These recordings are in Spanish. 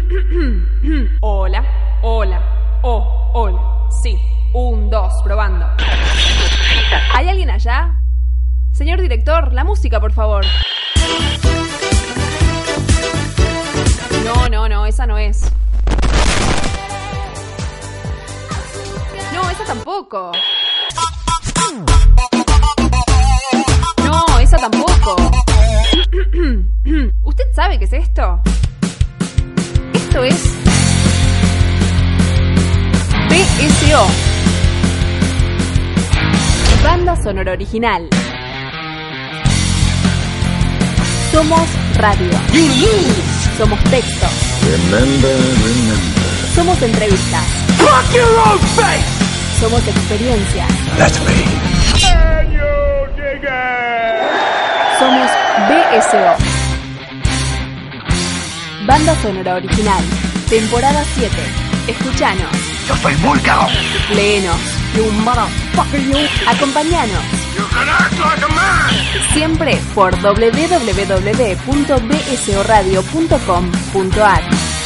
Hola, hola, hola. Sí, 1, 2, probando. ¿Hay alguien allá? Señor director, la música, por favor. No, esa no es. No, esa tampoco. No, esa tampoco. ¿Usted sabe qué es esto? Esto es BSO, banda sonora original. Somos radio. Somos texto. Remember. Somos entrevistas. Fuck your own face! Somos experiencias. That's me. Can you dig it? Somos BSO, banda sonora original. Temporada 7. Escuchanos. Yo soy muy cagón. Léenos. You motherfucker, you. Acompañanos. You can act like a man. Siempre por www.bsoradio.com.ar.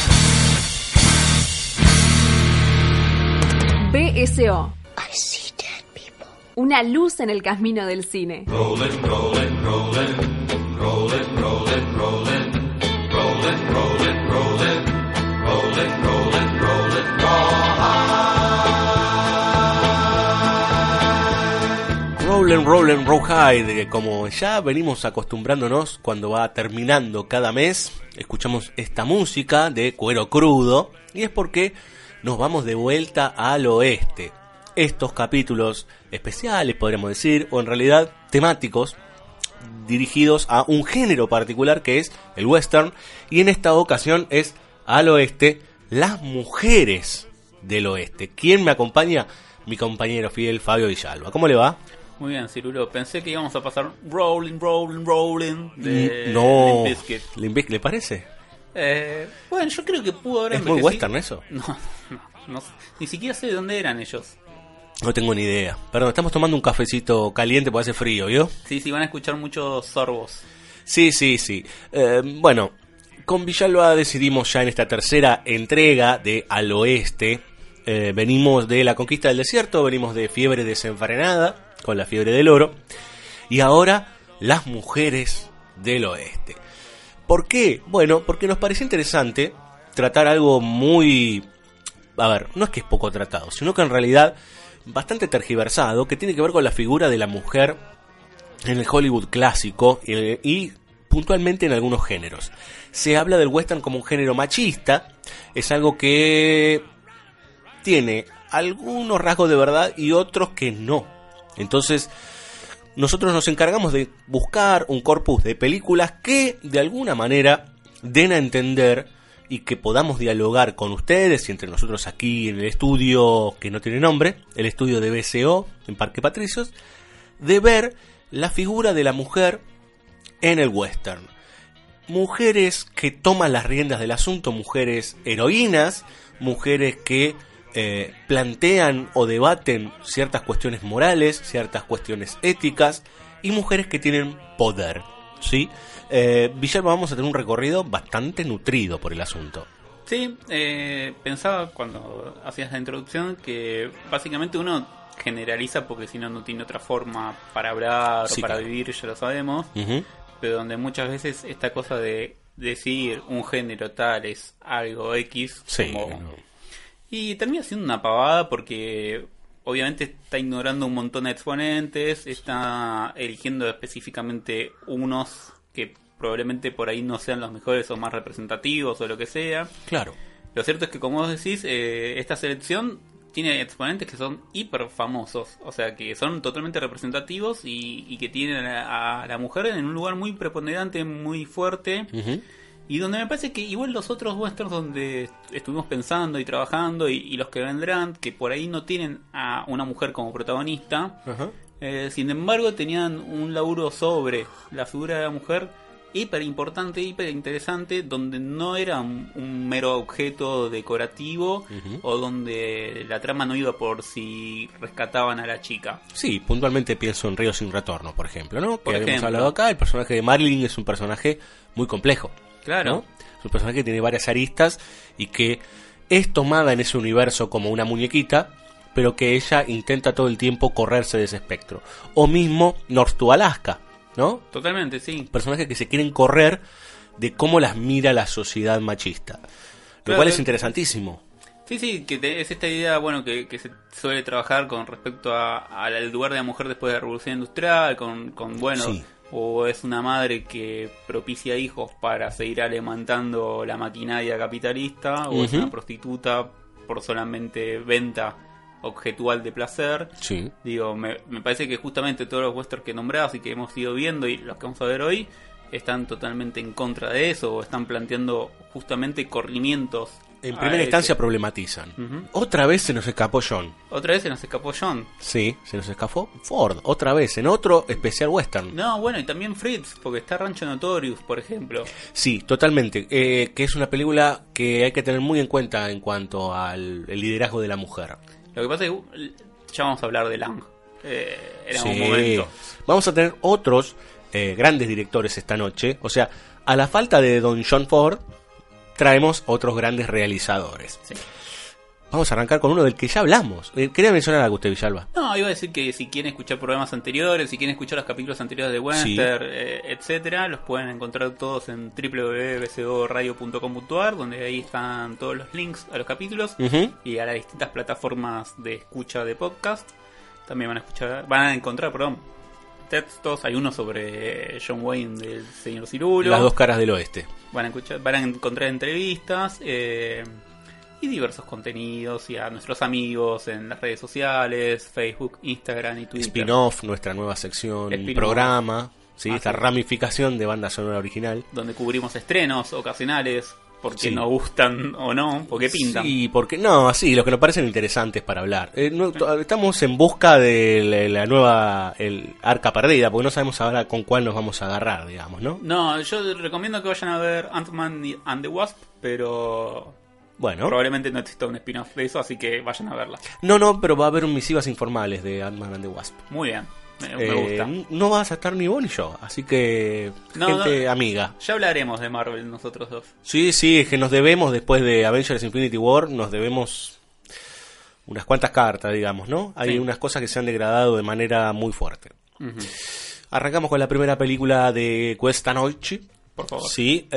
BSO. I see dead people. Una luz en el camino del cine. Rollin', rollin', rollin', rollin', rollin', rollin', rollin', rollin', rollin', rollin', rollin', rollin', Rollin', rollin', roll high, como ya venimos acostumbrándonos cuando va terminando cada mes, escuchamos esta música de Cuero Crudo, y es porque nos vamos de vuelta al oeste. Estos capítulos especiales, podríamos decir, o en realidad temáticos, dirigidos a un género particular que es el western, y en esta ocasión es al oeste, las mujeres del oeste. ¿Quién me acompaña? Mi compañero fiel Fabio Villalba. ¿Cómo le va? Muy bien, Cirulo. Pensé que íbamos a pasar Rolling, Rolling, Rolling de No, Limp Bizkit. Limp Bizkit, ¿le parece? Bueno, yo creo que pudo haber Es muy western eso. No, ni siquiera sé de dónde eran ellos. No tengo ni idea. Perdón, estamos tomando un cafecito caliente porque hace frío, ¿vio? Sí, van a escuchar muchos sorbos. Sí. Bueno, con Villalba decidimos ya en esta tercera entrega de Al Oeste. Venimos de la conquista del desierto, venimos de Fiebre desenfrenada, con la fiebre del oro. Y ahora, las mujeres del oeste. ¿Por qué? Bueno, porque nos pareció interesante tratar algo muy... A ver, no es que es poco tratado, sino que en realidad bastante tergiversado, que tiene que ver con la figura de la mujer en el Hollywood clásico y puntualmente en algunos géneros. Se habla del western como un género machista, es algo que tiene algunos rasgos de verdad y otros que no. Entonces, nosotros nos encargamos de buscar un corpus de películas que de alguna manera den a entender y que podamos dialogar con ustedes y entre nosotros aquí en el estudio que no tiene nombre, el estudio de BSO en Parque Patricios, de ver la figura de la mujer en el western. Mujeres que toman las riendas del asunto, mujeres heroínas, mujeres que plantean o debaten ciertas cuestiones morales, ciertas cuestiones éticas, y mujeres que tienen poder, ¿sí? Villalba, vamos a tener un recorrido bastante nutrido por el asunto. Sí, pensaba cuando hacías la introducción que básicamente uno generaliza porque si no, no tiene otra forma para hablar Sí, o para claro. vivir, ya lo sabemos, pero donde muchas veces esta cosa de decir un género tal es algo X, Sí, como... no. Y termina siendo una pavada porque obviamente está ignorando un montón de exponentes, está eligiendo específicamente unos que probablemente por ahí no sean los mejores o más representativos o lo que sea. Claro. Lo cierto es que, como vos decís, esta selección tiene exponentes que son hiper famosos, o sea que son totalmente representativos y que tienen a la mujer en un lugar muy preponderante, muy fuerte. Y donde me parece que igual los otros westerns donde estuvimos pensando y trabajando y los que vendrán, que por ahí no tienen a una mujer como protagonista, sin embargo tenían un laburo sobre la figura de la mujer hiper importante, hiper interesante, donde no era un mero objeto decorativo o donde la trama no iba por si rescataban a la chica. Sí, puntualmente pienso en Río sin retorno, por ejemplo, ¿no? Que Por habíamos ejemplo. hablado acá. El personaje de Marilyn es un personaje muy complejo. Claro. ¿no? Es un personaje que tiene varias aristas y que es tomada en ese universo como una muñequita, pero que ella intenta todo el tiempo correrse de ese espectro. O mismo North to Alaska, ¿no? Totalmente, sí. Personajes que se quieren correr de cómo las mira la sociedad machista. Lo Claro, cual es interesantísimo. Sí, es esta idea, bueno, que se suele trabajar con respecto al lugar de la mujer después de la Revolución Industrial, bueno, Sí. o es una madre que propicia hijos para seguir alimentando la maquinaria capitalista, o es Ujú. una prostituta por solamente venta objetual de placer. Sí. Digo, me parece que justamente todos los westerns que nombrabas y que hemos ido viendo y los que vamos a ver hoy están totalmente en contra de eso, o están planteando justamente corrimientos. En a primera ese. instancia problematizan. Ujú. Otra vez se nos escapó John. Otra vez se nos escapó John. Sí, se nos escapó Ford. Otra vez, en otro especial western. No, bueno, y también Fritz, porque está Rancho Notorious, por ejemplo. Sí, totalmente. Que es una película que hay que tener muy en cuenta en cuanto al el liderazgo de la mujer. Lo que pasa es que ya vamos a hablar de Lang. En algún Sí. momento. Vamos a tener otros grandes directores esta noche. O sea, a la falta de Don John Ford, traemos otros grandes realizadores. Sí. Vamos a arrancar con uno del que ya hablamos. Quería mencionar algo usted, Villalba. No, iba a decir que si quieren escuchar programas anteriores, si quieren escuchar los capítulos anteriores de Western, etcétera, los pueden encontrar todos en www.bcoradio.com.ar, donde ahí están todos los links a los capítulos Ujú. y a las distintas plataformas de escucha de podcast. También van a encontrar, textos. Hay uno sobre John Wayne del señor Cirulo. Las dos caras del oeste. Van a encontrar entrevistas y diversos contenidos, y a nuestros amigos en las redes sociales, Facebook, Instagram y Twitter. Spin-off, nuestra nueva sección, Spin-off. programa, ¿sí? Esta sí. ramificación de banda sonora original. Donde cubrimos estrenos ocasionales, porque Sí. nos gustan o no, porque pintan. Sí, porque no, sí, los que nos parecen interesantes para hablar. Estamos en busca de la nueva el arca perdida, porque no sabemos ahora con cuál nos vamos a agarrar, digamos, ¿no? No, yo recomiendo que vayan a ver Ant-Man and the Wasp, pero Bueno, probablemente no exista un spin-off de eso, así que vayan a verla. no, pero va a haber un misivas informales de Ant-Man and the Wasp. Muy bien, me gusta. No vas a estar ni vos ni yo, así que No, gente amiga. Ya hablaremos de Marvel nosotros dos. Sí, es que nos debemos, después de Avengers Infinity War, nos debemos unas cuantas cartas, digamos, ¿no? Hay Sí. unas cosas que se han degradado de manera muy fuerte. Ujú. Arrancamos con la primera película de Questa Noche. Por favor. Sí,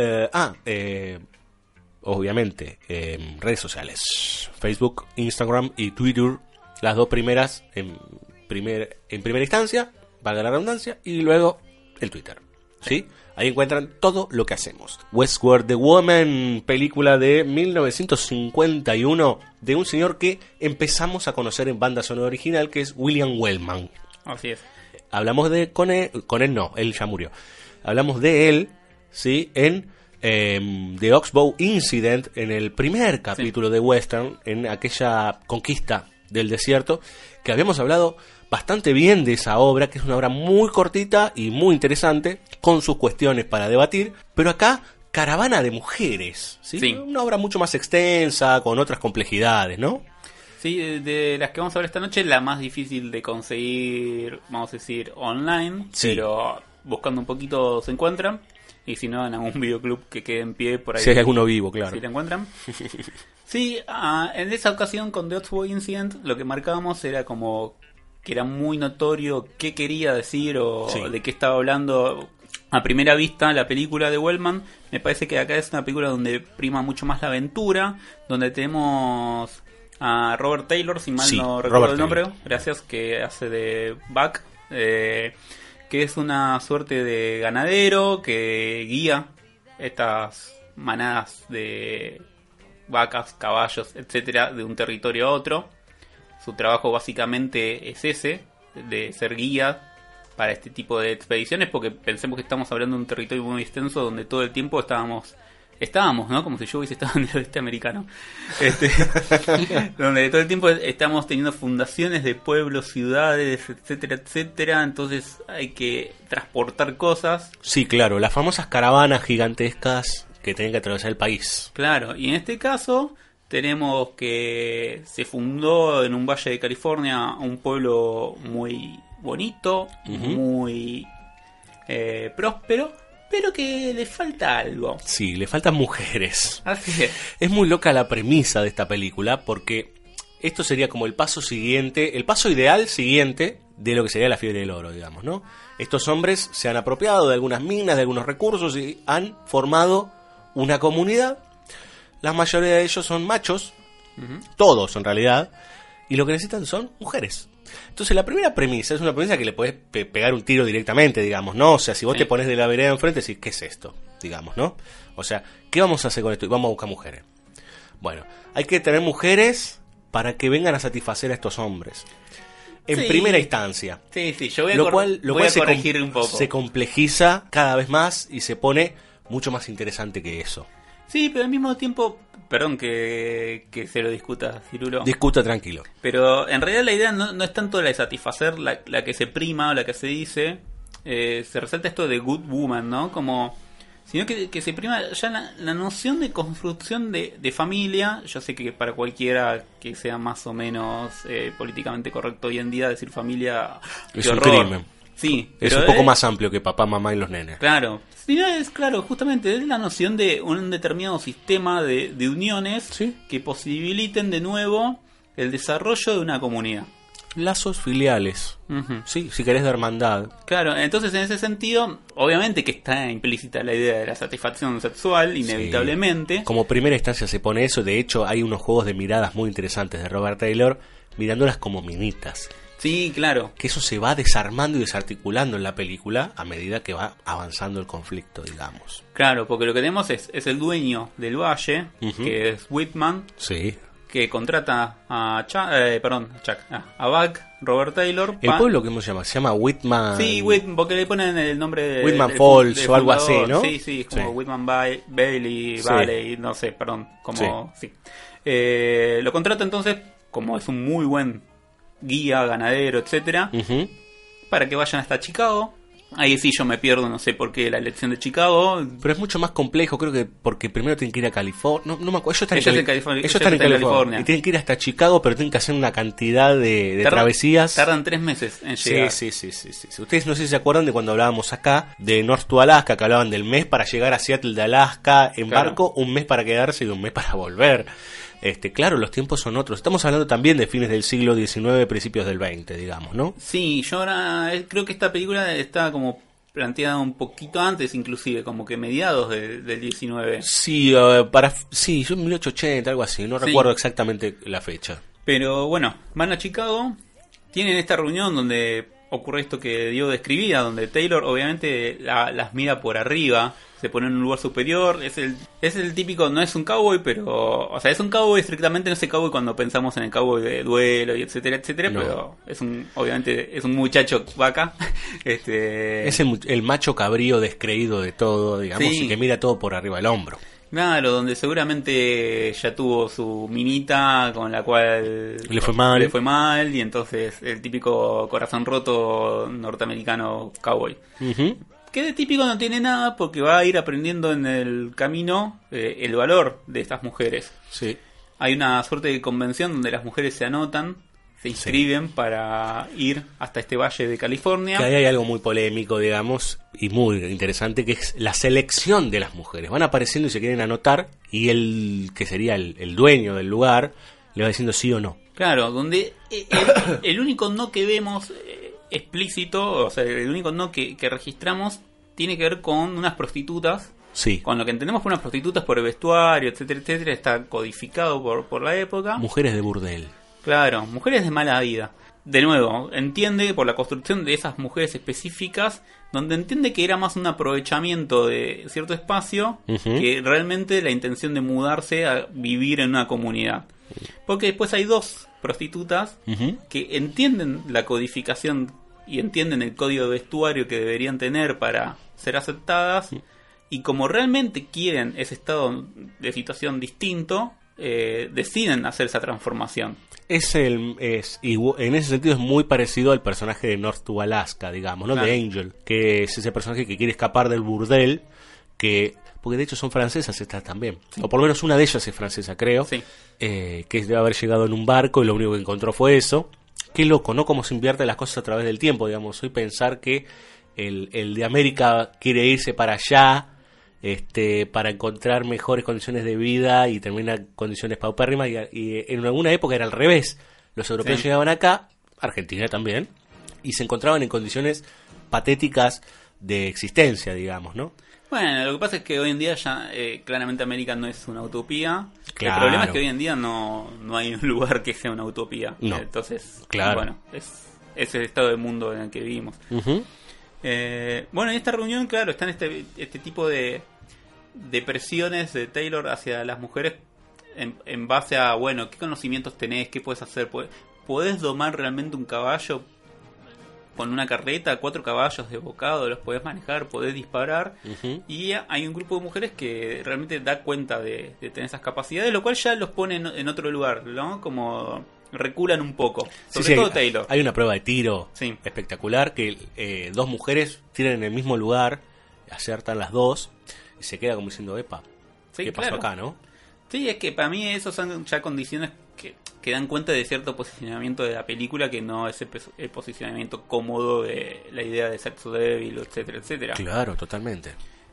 obviamente, redes sociales. Facebook, Instagram y Twitter, las dos primeras en primera instancia, valga la redundancia, y luego el Twitter. ¿Sí? Ahí encuentran todo lo que hacemos. Westward the Woman, película de 1951 de un señor que empezamos a conocer en banda sonora original, que es William Wellman. Así es. Hablamos de con él no, él ya murió. Hablamos de él, sí, en The Oxbow Incident, en el primer capítulo de Western, en aquella conquista del desierto, que habíamos hablado bastante bien de esa obra, que es una obra muy cortita y muy interesante, con sus cuestiones para debatir, pero acá Caravana de Mujeres, ¿sí? Sí. Una obra mucho más extensa, con otras complejidades, ¿no? Sí, de las que vamos a ver esta noche, la más difícil de conseguir, vamos a decir, online, Sí. pero buscando un poquito se encuentran, y si no, en algún videoclub que quede en pie por ahí. Si hay alguno vivo, claro. Si la encuentran. Sí, en esa ocasión con The Oxbow Incident lo que marcábamos era como que era muy notorio qué quería decir o Sí. de qué estaba hablando. A primera vista, la película de Wellman, me parece que acá es una película donde prima mucho más la aventura, donde tenemos a Robert Taylor, si mal Sí, no recuerdo Robert el nombre, Taylor. gracias, que hace de Buck, que es una suerte de ganadero que guía estas manadas de vacas, caballos, etcétera, de un territorio a otro. Su trabajo básicamente es ese, de ser guía para este tipo de expediciones, porque pensemos que estamos hablando de un territorio muy extenso donde todo el tiempo estábamos, ¿no? Como si yo hubiese estado en el oeste americano. Donde todo el tiempo estamos teniendo fundaciones de pueblos, ciudades, etcétera, etcétera. Entonces hay que transportar cosas. Sí, claro, las famosas caravanas gigantescas que tienen que atravesar el país. Claro, y en este caso tenemos que se fundó en un valle de California un pueblo muy bonito, Ujú. muy próspero, pero que le falta algo. Sí, le faltan mujeres. Así es. Es muy loca la premisa de esta película porque esto sería como el paso siguiente, el paso ideal siguiente de lo que sería la fiebre del oro, digamos, ¿no? Estos hombres se han apropiado de algunas minas, de algunos recursos y han formado una comunidad. La mayoría de ellos son machos, todos en realidad, y lo que necesitan son mujeres. Entonces la primera premisa es una premisa que le puedes pegar un tiro directamente, digamos, ¿no? O sea, si vos te pones de la vereda enfrente, decís, ¿qué es esto? Digamos, ¿no? O sea, ¿qué vamos a hacer con esto? Y vamos a buscar mujeres. Bueno, hay que tener mujeres para que vengan a satisfacer a estos hombres. En primera instancia. Sí, yo voy a, lo cual corregir un poco. Se complejiza cada vez más y se pone mucho más interesante que eso. Sí, pero al mismo tiempo, perdón que se lo discuta, Cirulo. Discuta tranquilo. Pero en realidad la idea no es tanto la de satisfacer la que se prima o la que se dice. Se resalta esto de good woman, ¿no? Como, sino que se prima ya la noción de construcción de familia. Yo sé que para cualquiera que sea más o menos políticamente correcto hoy en día decir familia es un crimen. Sí, es un poco más amplio que papá, mamá y los nenes. Claro. Sí, es claro, justamente es la noción de un determinado sistema de uniones, ¿sí?, que posibiliten de nuevo el desarrollo de una comunidad. Lazos filiales. Sí, si querés de hermandad. Claro, entonces en ese sentido, obviamente que está implícita la idea de la satisfacción sexual, inevitablemente. Sí. Como primera instancia se pone eso. De hecho, hay unos juegos de miradas muy interesantes de Robert Taylor, mirándolas como minitas. Sí, claro. Que eso se va desarmando y desarticulando en la película a medida que va avanzando el conflicto, digamos. Claro, porque lo que tenemos es el dueño del valle, que es Whitman. Sí. Que contrata a Buck, Robert Taylor. ¿El pueblo cómo se llama? Se llama Whitman. Sí, porque le ponen el nombre de Whitman Falls o algo así, ¿no? Sí, como Whitman Bailey, Valley, no sé, perdón. Sí. Lo contrata entonces, como es un muy buen guía, ganadero, etcétera, para que vayan hasta Chicago. Ahí sí yo me pierdo, no sé por qué la elección de Chicago. Pero es mucho más complejo, creo que porque primero tienen que ir a California. No me acuerdo, ellos están en California. Y tienen que ir hasta Chicago, pero tienen que hacer una cantidad de travesías. Tardan 3 meses en llegar. Sí. Ustedes no sé si se acuerdan de cuando hablábamos acá de North to Alaska, que hablaban del mes para llegar a Seattle de Alaska en barco, un mes para quedarse y un mes para volver. Claro, los tiempos son otros. Estamos hablando también de fines del siglo XIX, principios del XX, digamos, ¿no? Sí, yo ahora creo que esta película está como planteada un poquito antes, inclusive, como que mediados del 19. Sí, yo en 1880, algo así, no recuerdo exactamente la fecha. Pero bueno, van a Chicago, tienen esta reunión donde ocurre esto que Diego describía, donde Taylor obviamente las mira por arriba, se pone en un lugar superior, es el típico, no es un cowboy, pero, o sea, es un cowboy estrictamente, no es el cowboy cuando pensamos en el cowboy de duelo y etcétera, no. Pero obviamente es un muchacho vaca. Es el macho cabrío descreído de todo, digamos, y que mira todo por arriba del hombro. Claro, donde seguramente ya tuvo su minita con la cual le fue mal y entonces el típico corazón roto norteamericano cowboy. Que de típico no tiene nada porque va a ir aprendiendo en el camino el valor de estas mujeres. Sí. Hay una suerte de convención donde las mujeres se anotan, se inscriben para ir hasta este valle de California. Que ahí hay algo muy polémico, digamos, y muy interesante, que es la selección de las mujeres. Van apareciendo y se quieren anotar, y el que sería el dueño del lugar le va diciendo sí o no. Claro, donde el único no que vemos explícito, o sea, el único no que registramos tiene que ver con unas prostitutas. Sí. Con lo que entendemos por unas prostitutas por el vestuario, etcétera, etcétera, está codificado por la época. Mujeres de burdel. Claro, mujeres de mala vida. De nuevo, entiende por la construcción de esas mujeres específicas, donde entiende que era más un aprovechamiento de cierto espacio que realmente la intención de mudarse a vivir en una comunidad. Porque después hay dos prostitutas que entienden la codificación y entienden el código de vestuario que deberían tener para ser aceptadas, y como realmente quieren ese estado de situación distinto, deciden hacer esa transformación. En ese sentido es muy parecido al personaje de North to Alaska, digamos, ¿no? Claro. De Angel, que es ese personaje que quiere escapar del burdel, porque de hecho son francesas estas también, sí. O por lo menos una de ellas es francesa, creo, sí. Que debe haber llegado en un barco y lo único que encontró fue eso. Qué loco, ¿no? Cómo se invierten las cosas a través del tiempo, digamos. Hoy pensar que el de América quiere irse para allá para encontrar mejores condiciones de vida y termina en condiciones paupérrimas, y en alguna época era al revés. Los europeos llegaban acá, Argentina también, y se encontraban en condiciones patéticas de existencia, digamos, ¿no? Bueno, lo que pasa es que hoy en día ya claramente América no es una utopía. Claro. El problema es que hoy en día no hay un lugar que sea una utopía. No. Entonces, Claro. bueno, es el estado del mundo en el que vivimos. Uh-huh. Bueno, en esta reunión, claro, están este tipo de presiones de Taylor hacia las mujeres en base a, bueno, ¿qué conocimientos tenés? ¿Qué puedes hacer? ¿Podés domar realmente un caballo con una carreta? 4 caballos de bocado, los podés manejar, podés disparar. Uh-huh. Y hay un grupo de mujeres que realmente da cuenta de tener esas capacidades, lo cual ya los pone en otro lugar, ¿no? Como reculan un poco. Sobre todo Taylor. Hay una prueba de tiro Sí. espectacular que 2 mujeres tiran en el mismo lugar, aciertan las 2 y se queda como diciendo, epa, Sí, ¿qué pasó claro. acá, no? Sí, es que para mí esos son ya condiciones que dan cuenta de cierto posicionamiento de la película, que no es el posicionamiento cómodo de la idea de sexo débil, etcétera, etcétera. Claro, totalmente.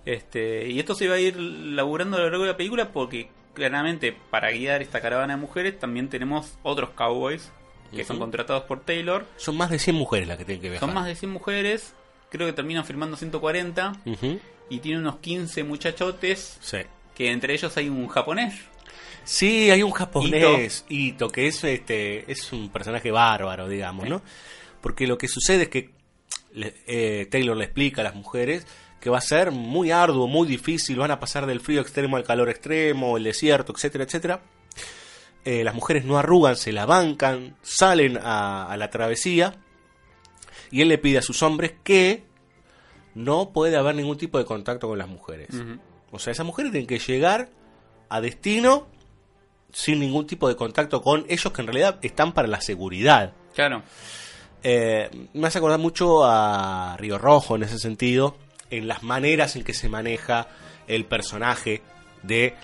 Y esto se va a ir laburando a lo largo de la película, porque claramente para guiar esta caravana de mujeres también tenemos otros cowboys que son contratados por Taylor. Son más de 100 mujeres las que tienen que viajar. Son más de 100 mujeres, creo que terminan firmando 140, Uh-huh. y tiene unos 15 muchachotes, Sí. que entre ellos hay un japonés. Sí, hay un japonés, Ito, que es un personaje bárbaro, digamos, Sí. ¿no? Porque lo que sucede es que Taylor le explica a las mujeres que va a ser muy arduo, muy difícil, van a pasar del frío extremo al calor extremo, el desierto, etcétera, etcétera. Las mujeres no arrugan, se la bancan, salen a la travesía, y él le pide a sus hombres que no puede haber ningún tipo de contacto con las mujeres. Ujú. O sea, esas mujeres tienen que llegar a destino sin ningún tipo de contacto con ellos, que en realidad están para la seguridad. Claro. Me hace acordar mucho a Río Rojo en ese sentido, en las maneras en que se maneja el personaje de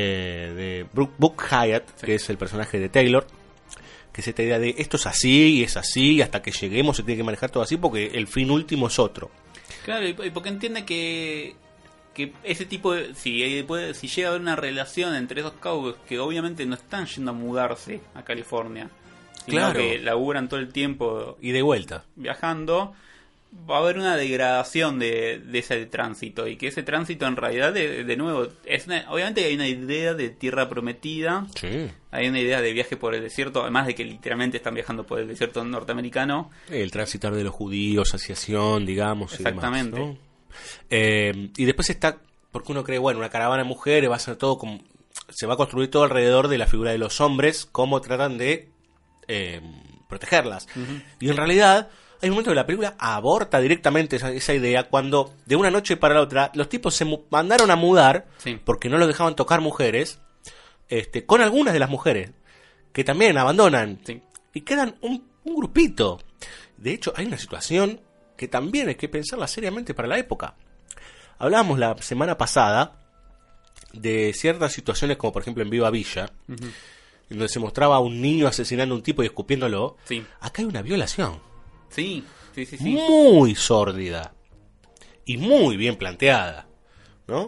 Brooke Hyatt, Sí. que es el personaje de Taylor, que es esta idea de esto es así y es así, y hasta que lleguemos se tiene que manejar todo así porque el fin último es otro. Claro, y porque entiende que ese tipo de... Si llega a haber una relación entre esos cowboys que obviamente no están yendo a mudarse a California, sino Claro. que laburan todo el tiempo Y de vuelta. viajando, va a haber una degradación de ese tránsito, y que ese tránsito en realidad de nuevo obviamente hay una idea de tierra prometida, Sí. hay una idea de viaje por el desierto, además de que literalmente están viajando por el desierto norteamericano. El transitar de los judíos hacia Sion, digamos. Exactamente. Y demás, ¿no? Y después está, porque uno cree, bueno, una caravana de mujeres va a ser todo como... Se va a construir todo alrededor de la figura de los hombres, cómo tratan de protegerlas. Ujú. Y en realidad hay un momento que la película aborta directamente esa idea, cuando de una noche para la otra los tipos se mandaron a mudar, Sí. porque no los dejaban tocar mujeres, con algunas de las mujeres, que también abandonan. Sí. Y quedan un grupito. De hecho, hay una situación que también hay que pensarla seriamente para la época. Hablábamos la semana pasada de ciertas situaciones, como por ejemplo en Viva Villa, Ujú. en donde se mostraba a un niño asesinando a un tipo y escupiéndolo. Sí. Acá hay una violación Sí. muy sórdida y muy bien planteada, ¿no?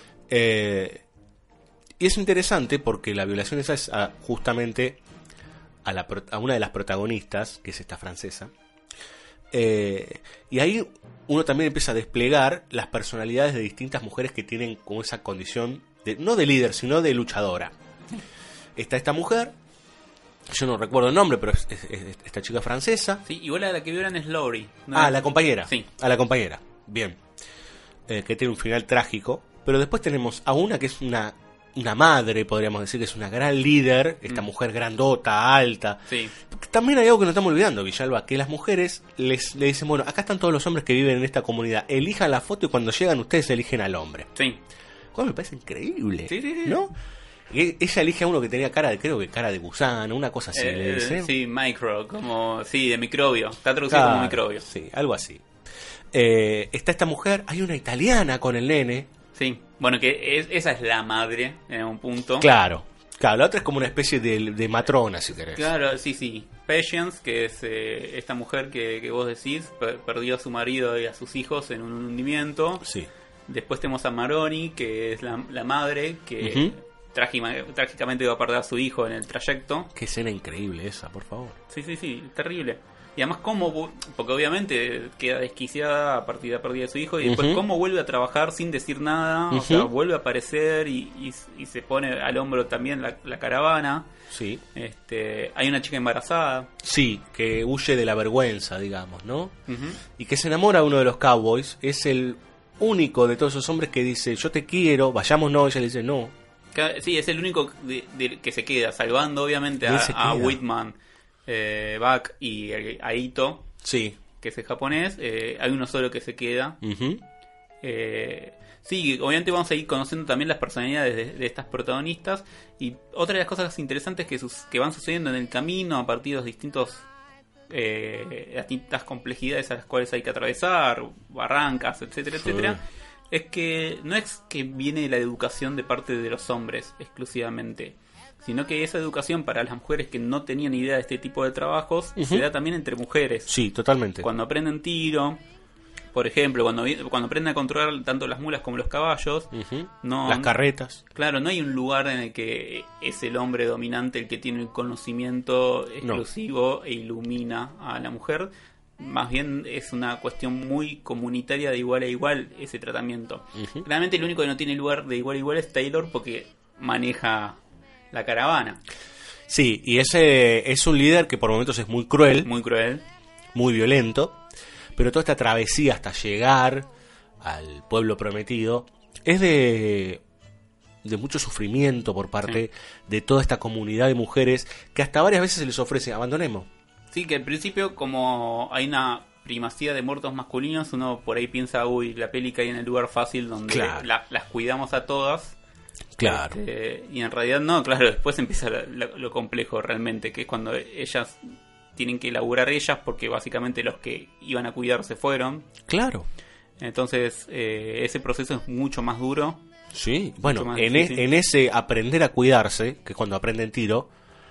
Y es interesante porque la violación esa es justamente a una de las protagonistas, que es esta francesa. Y ahí uno también empieza a desplegar las personalidades de distintas mujeres que tienen como esa condición, no de líder, sino de luchadora. Está esta mujer, yo no recuerdo el nombre, pero es esta chica francesa. Sí, igual a la que violan es Laurie, ¿no? La compañera. Sí. A la compañera. Bien. Que tiene un final trágico. Pero después tenemos a una que es una madre, podríamos decir, que es una gran líder. Esta mujer grandota, alta. Sí. Porque también hay algo que no estamos olvidando, Villalba, que las mujeres le dicen, bueno, acá están todos los hombres que viven en esta comunidad. Elijan la foto y cuando llegan ustedes eligen al hombre. Sí. Bueno, me parece increíble. Sí. ¿No? Y ella elige a uno que tenía creo que cara de gusano, una cosa así, le dice. Sí, micro, como... Sí, de microbio. Está traducido como microbio. Sí, algo así. Está esta mujer, hay una italiana con el nene. Sí. Bueno, que esa es la madre en un punto. Claro. Claro, la otra es como una especie de matrona, si querés. Claro, sí. Patience, que es esta mujer que vos decís, perdió a su marido y a sus hijos en un hundimiento. Sí. Después tenemos a Maroni, que es la madre, que trágicamente va a perder a su hijo en el trayecto. Qué escena increíble esa, por favor. Sí, terrible. Y además porque obviamente queda desquiciada a partir de la pérdida de su hijo, y después cómo vuelve a trabajar sin decir nada, o sea, vuelve a aparecer y se pone al hombro también la caravana. Sí. Hay una chica embarazada. Sí, que huye de la vergüenza, digamos, ¿no? Y que se enamora de uno de los cowboys. Es el único de todos esos hombres que dice, yo te quiero, vayámonos. Ella le dice, no. Sí, es el único que se queda, salvando obviamente a Whitman, Buck y a Ito, sí, que es el japonés. Hay uno solo que se queda. Sí, obviamente vamos a ir conociendo también las personalidades de estas protagonistas. Y otra de las cosas interesantes que van sucediendo en el camino a partir de los las distintas complejidades a las cuales hay que atravesar, barrancas, etcétera, es que no es que viene la educación de parte de los hombres exclusivamente, sino que esa educación para las mujeres que no tenían idea de este tipo de trabajos se da también entre mujeres. Sí, totalmente. Cuando aprenden tiro, por ejemplo, cuando aprenden a controlar tanto las mulas como los caballos, las carretas. Claro, no hay un lugar en el que es el hombre dominante el que tiene el conocimiento exclusivo e ilumina a la mujer. Más bien es una cuestión muy comunitaria de igual a igual ese tratamiento. Realmente el único que no tiene lugar de igual a igual es Taylor, porque maneja la caravana. Sí, y ese es un líder que por momentos es muy cruel, muy violento, pero toda esta travesía hasta llegar al pueblo prometido es de mucho sufrimiento por parte de toda esta comunidad de mujeres que hasta varias veces se les ofrece, abandonemos. Sí, que al principio, como hay una primacía de muertos masculinos, uno por ahí piensa, uy, la peli cae en el lugar fácil donde las cuidamos a todas. Claro. Y en realidad no, claro, después empieza lo complejo realmente, que es cuando ellas tienen que laburar ellas, porque básicamente los que iban a cuidar se fueron. Claro. Entonces ese proceso es mucho más duro. Sí, bueno, en ese aprender a cuidarse, que es cuando aprenden tiro,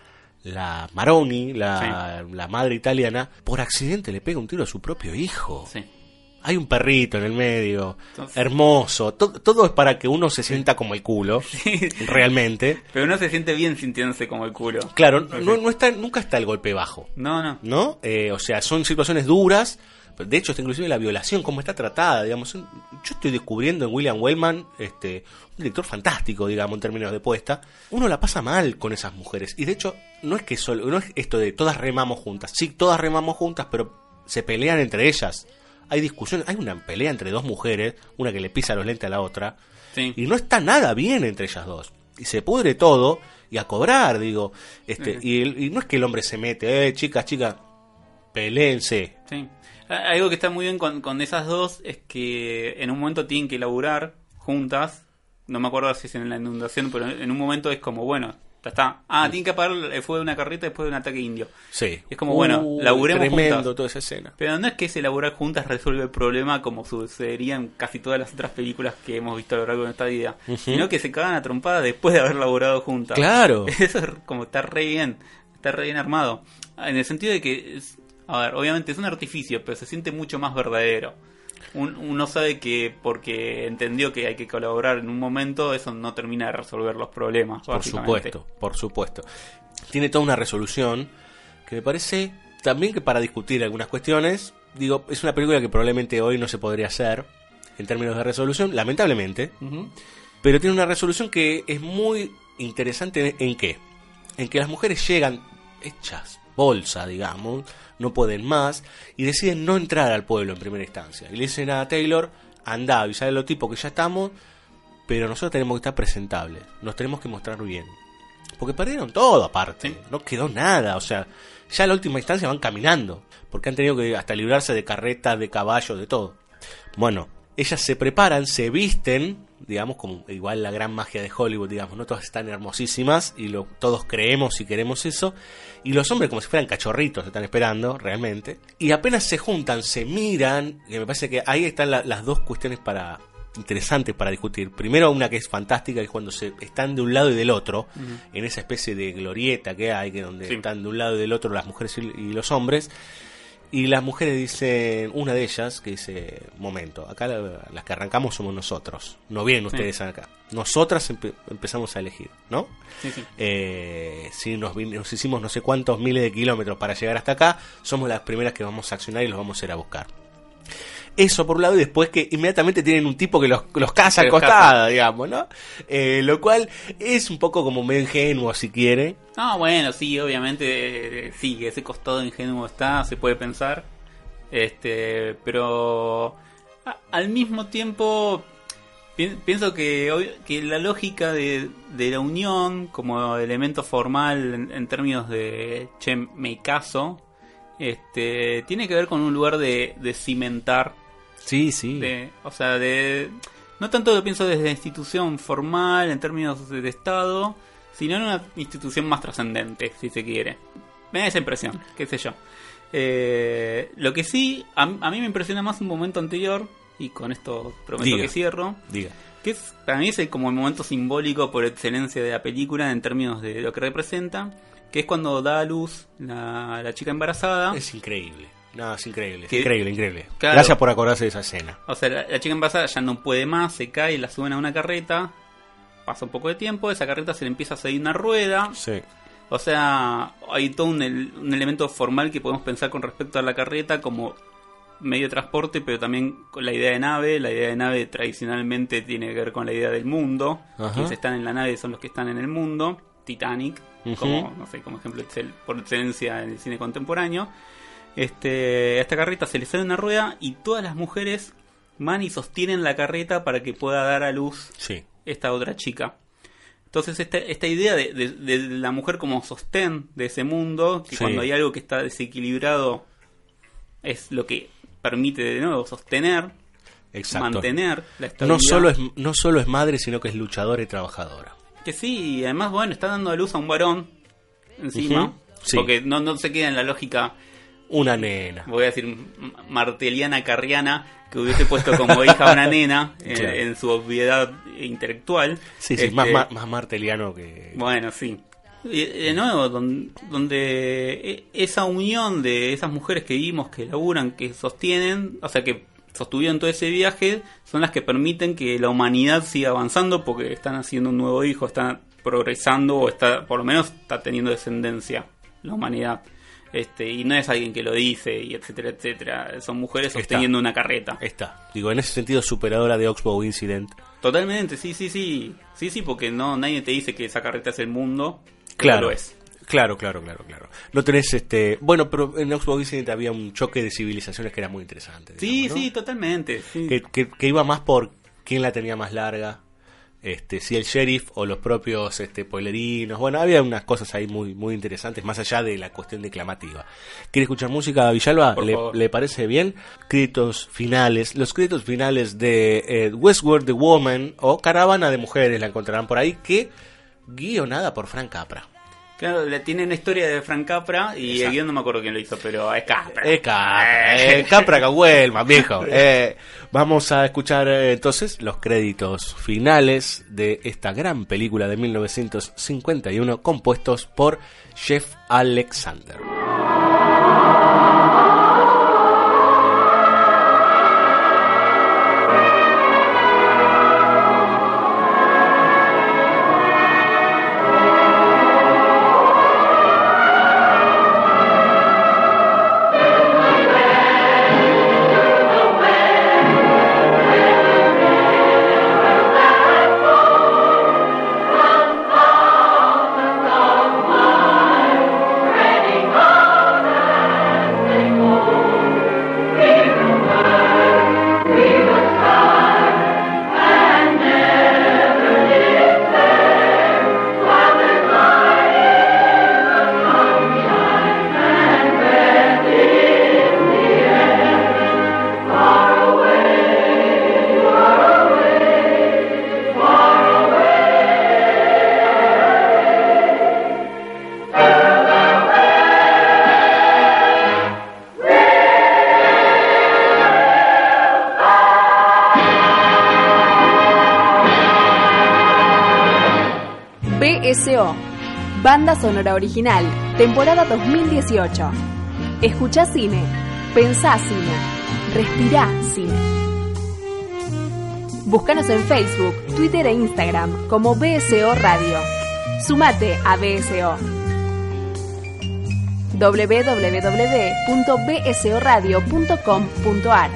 la Maroni, la madre italiana, por accidente le pega un tiro a su propio hijo. Sí. Hay un perrito en el medio, hermoso, todo es para que uno se sienta como el culo, realmente. Pero uno se siente bien sintiéndose como el culo. Claro, nunca está el golpe bajo. No. O sea, son situaciones duras. De hecho, inclusive la violación, cómo está tratada, digamos. Yo estoy descubriendo en William Wellman, un director fantástico, digamos, en términos de puesta. Uno la pasa mal con esas mujeres. Y de hecho, no es esto de todas remamos juntas. Sí, todas remamos juntas, pero se pelean entre ellas. Hay discusión, hay una pelea entre dos mujeres, una que le pisa los lentes a la otra. Sí. Y no está nada bien entre ellas dos. Y se pudre todo, y a cobrar, digo. Y no es que el hombre se mete, chicas, peléense. Sí. Algo que está muy bien con esas dos es que en un momento tienen que laburar juntas. No me acuerdo si es en la inundación, pero en un momento es como, bueno, ya está. Tienen que apagar el fuego de una carreta después de un ataque indio. Sí. Es como, bueno, laburemos tremendo juntas. Toda esa escena. Pero no es que ese laburar juntas resuelve el problema como sucedería en casi todas las otras películas que hemos visto a lo largo de nuestra vida, sino que se cagan a trompada después de haber laburado juntas. Claro. Eso es como está re bien armado. En el sentido de que... A ver, obviamente es un artificio, pero se siente mucho más verdadero. Uno sabe que porque entendió que hay que colaborar en un momento, eso no termina de resolver los problemas. Por supuesto. Tiene toda una resolución que me parece también que para discutir algunas cuestiones, digo, es una película que probablemente hoy no se podría hacer en términos de resolución, lamentablemente, pero tiene una resolución que es muy interesante. ¿En qué? En que las mujeres llegan hechas bolsa, digamos, no pueden más y deciden no entrar al pueblo en primera instancia. Y le dicen a Taylor, anda, avisar a los tipos que ya estamos, pero nosotros tenemos que estar presentables, nos tenemos que mostrar bien. Porque perdieron todo aparte, no quedó nada, o sea, ya a la última instancia van caminando, porque han tenido que hasta librarse de carretas, de caballos, de todo. Bueno, ellas se preparan, se visten, digamos, como igual la gran magia de Hollywood, digamos, no todas están hermosísimas y todos creemos y queremos eso, y los hombres como si fueran cachorritos están esperando realmente, y apenas se juntan, se miran, y me parece que ahí están las dos cuestiones para interesantes para discutir. Primero, una que es fantástica, que es cuando se están de un lado y del otro, en esa especie de glorieta que hay, que donde están de un lado y del otro las mujeres y los hombres. Y las mujeres dicen, una de ellas que dice, momento, acá las que arrancamos somos nosotros, no vienen ustedes acá, nosotras empezamos a elegir, ¿no? Si nos hicimos no sé cuántos miles de kilómetros para llegar hasta acá, somos las primeras que vamos a accionar y los vamos a ir a buscar. Eso por un lado, y después que inmediatamente tienen un tipo que los caza acostada, digamos, ¿no? Lo cual es un poco como medio ingenuo, si quiere. Ah, bueno, sí, obviamente, sí, ese costado ingenuo está, se puede pensar. Pero al mismo tiempo pienso que la lógica de la unión como elemento formal en términos de che, me caso, tiene que ver con un lugar de cimentar. Sí. No tanto lo pienso desde la institución formal en términos de Estado, sino en una institución más trascendente, si se quiere. Me da esa impresión, qué sé yo. Lo que sí, a mí me impresiona más un momento anterior, y con esto prometo que cierro. Que para mí es como el momento simbólico por excelencia de la película en términos de lo que representa, que es cuando da a luz la chica embarazada. Es increíble. No, es increíble. Increíble. Claro, gracias por acordarse de esa escena. O sea, la chica embarazada ya no puede más, se cae, la suben a una carreta, pasa un poco de tiempo, esa carreta se le empieza a seguir una rueda. Sí. O sea, hay todo un elemento formal que podemos pensar con respecto a la carreta como medio de transporte, pero también con la idea de nave. La idea de nave tradicionalmente tiene que ver con la idea del mundo. Quienes están en la nave son los que están en el mundo. Titanic, como ejemplo por excelencia en el cine contemporáneo. A esta carreta se le sale una rueda y todas las mujeres van y sostienen la carreta para que pueda dar a luz esta otra chica. Entonces esta idea de la mujer como sostén de ese mundo, que cuando hay algo que está desequilibrado es lo que permite de nuevo sostener, mantener la estabilidad. No solo es madre, sino que es luchadora y trabajadora. Que sí, y además, bueno, está dando a luz a un varón encima, porque no se queda en la lógica... Una nena. Voy a decir marteliana carriana, que hubiese puesto como hija a una nena en su obviedad intelectual. Sí, más marteliano que... Bueno, sí. Y de nuevo, donde esa unión de esas mujeres que vimos, que laburan, que sostienen, o sea, que sostuvieron todo ese viaje, son las que permiten que la humanidad siga avanzando porque están haciendo un nuevo hijo, están progresando o por lo menos está teniendo descendencia la humanidad. Y no es alguien que lo dice, y etcétera, etcétera. Son mujeres sosteniendo una carreta. Digo, en ese sentido, superadora de Oxbow Incident. Totalmente, sí, porque nadie te dice que esa carreta es el mundo. Claro, lo es. Claro. No tenés bueno, pero en Oxbow Incident había un choque de civilizaciones que era muy interesante. Digamos, ¿no? Sí, totalmente. Sí. Que iba más por quién la tenía más larga. Si el sheriff o los propios pueblerinos. Bueno, había unas cosas ahí muy, muy interesantes, más allá de la cuestión declamativa. ¿Quiere escuchar música, Villalba? ¿Le parece bien? Créditos finales. Los créditos finales de Westward the Woman o Caravana de Mujeres, la encontrarán por ahí, que guionada por Frank Capra. Claro, tiene una historia de Frank Capra y el guión no me acuerdo quién lo hizo, pero es Capra. Capra Cahuelma, viejo. Vamos a escuchar entonces los créditos finales de esta gran película de 1951 compuestos por Jeff Alexander. Ready, BSO, Banda Sonora Original, temporada 2018. Escuchá cine, pensá cine, respirá cine. Búscanos en Facebook, Twitter e Instagram como BSO Radio. Sumate a BSO. www.bsoradio.com.ar.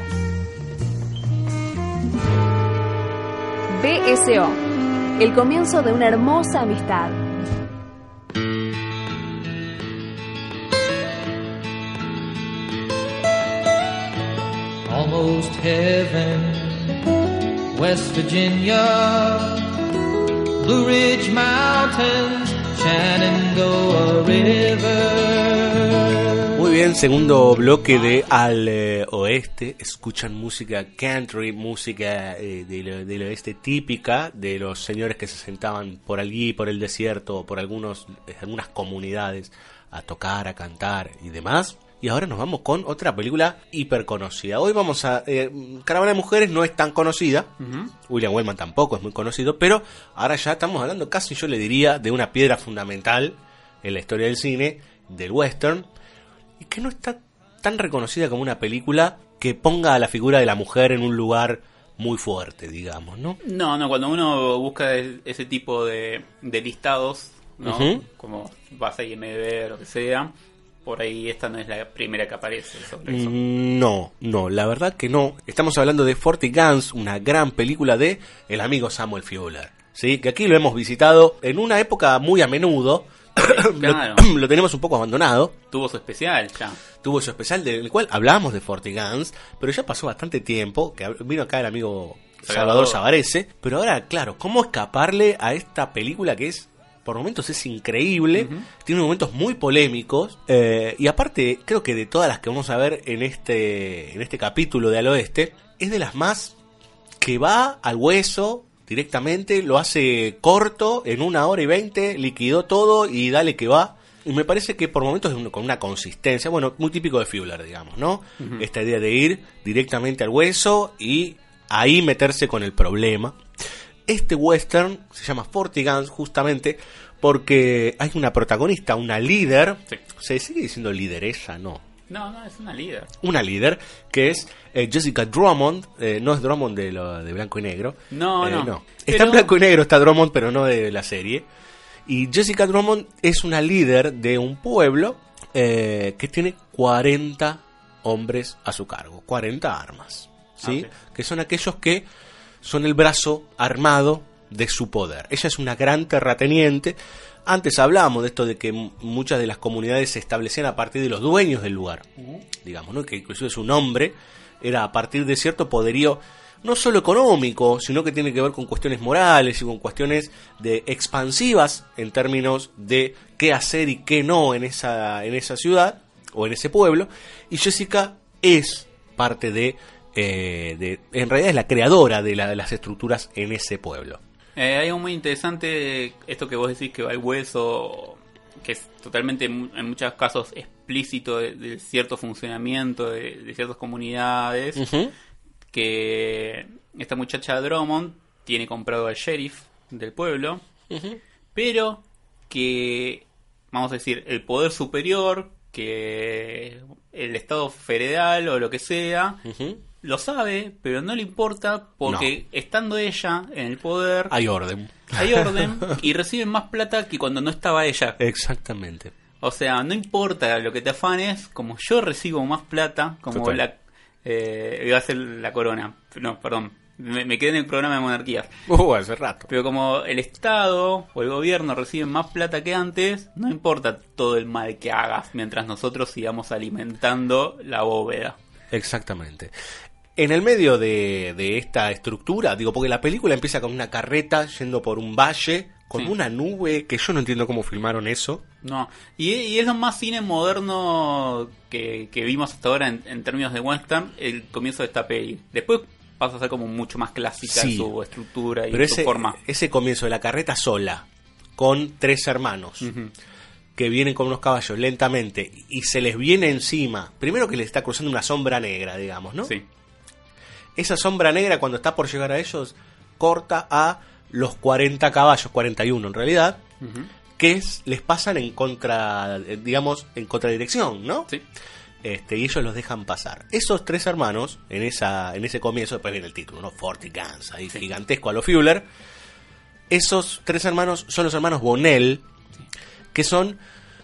BSO, el comienzo de una hermosa amistad. Almost heaven, West Virginia, Blue Ridge Mountains, Shenandoah River. Muy bien, segundo bloque de Al Oeste. Escuchan música country, música del oeste típica de los señores que se sentaban por allí, por el desierto, por algunas comunidades a tocar, a cantar y demás. Y ahora nos vamos con otra película hiper conocida. Hoy vamos a... Caravana de Mujeres no es tan conocida. William Wellman tampoco es muy conocido. Pero ahora ya estamos hablando casi, yo le diría, de una piedra fundamental en la historia del cine, del western. Y que no está tan reconocida como una película que ponga a la figura de la mujer en un lugar muy fuerte, digamos, ¿no? No, cuando uno busca ese tipo de listados, ¿no? Como vas a IMDb o lo que sea... Por ahí esta no es la primera que aparece sobre eso. No, la verdad que no. Estamos hablando de 40 Guns, una gran película de el amigo Samuel Fuller, ¿sí? Que aquí lo hemos visitado en una época muy a menudo. Claro. Lo tenemos un poco abandonado. Tuvo su especial ya. Tuvo su especial del cual hablamos de 40 Guns, pero ya pasó bastante tiempo, que vino acá el amigo Salvador Savarese. Pero ahora, claro, ¿cómo escaparle a esta película que es... Por momentos es increíble, tiene momentos muy polémicos, y aparte creo que de todas las que vamos a ver en este capítulo de Al Oeste, es de las más que va al hueso directamente, lo hace corto, en 1 hora y 20, liquidó todo y dale que va. Y me parece que por momentos con una consistencia, bueno, muy típico de Fuller, digamos, ¿no? Esta idea de ir directamente al hueso y ahí meterse con el problema. Este western se llama 40 Guns justamente porque hay una protagonista, una líder. Sí. ¿Se sigue diciendo lideresa? No, es una líder. Una líder que es Jessica Drummond. No es Drummond de blanco y negro. No. Está en blanco y negro, está Drummond, pero no de la serie. Y Jessica Drummond es una líder de un pueblo que tiene 40 hombres a su cargo, 40 armas, ¿sí? Okay. Que son aquellos que son el brazo armado de su poder. Ella es una gran terrateniente. Antes hablábamos de esto de que muchas de las comunidades se establecían a partir de los dueños del lugar, digamos, ¿no? Que inclusive su nombre era a partir de cierto poderío, no solo económico, sino que tiene que ver con cuestiones morales y con cuestiones de expansivas en términos de qué hacer y qué no en esa ciudad o en ese pueblo. Y Jessica es parte en realidad es la creadora de las estructuras en ese pueblo. Hay algo muy interesante, esto que vos decís que va al hueso, que es totalmente en muchos casos explícito de cierto funcionamiento de ciertas comunidades, que esta muchacha Drummond tiene comprado al sheriff del pueblo, pero que, vamos a decir, el poder superior, que el Estado federal o lo que sea... Lo sabe, pero no le importa porque estando ella en el poder... Hay orden y reciben más plata que cuando no estaba ella. Exactamente. O sea, no importa lo que te afanes, como yo recibo más plata, como iba a ser la corona. No, perdón, me quedé en el programa de monarquías. Hace rato. Pero como el Estado o el gobierno reciben más plata que antes, no importa todo el mal que hagas mientras nosotros sigamos alimentando la bóveda. Exactamente. En el medio de esta estructura, digo, porque la película empieza con una carreta yendo por un valle, con una nube, que yo no entiendo cómo filmaron eso. No, y es lo más cine moderno que vimos hasta ahora en términos de western, el comienzo de esta peli. Después pasa a ser como mucho más clásica su estructura y su forma. Ese comienzo de la carreta sola, con 3 hermanos, que vienen con unos caballos lentamente, y se les viene encima, primero que les está cruzando una sombra negra, digamos, ¿no? Sí. Esa sombra negra, cuando está por llegar a ellos, corta a los 40 caballos, 41 en realidad, Ujú. que les pasan en contra, digamos, en contradirección, ¿no? Sí. Y ellos los dejan pasar. Esos 3 hermanos, en ese comienzo, después viene el título, ¿no? 40 Guns, ahí Sí. gigantesco a lo Fuller. Esos 3 hermanos son los hermanos Bonnell, que son,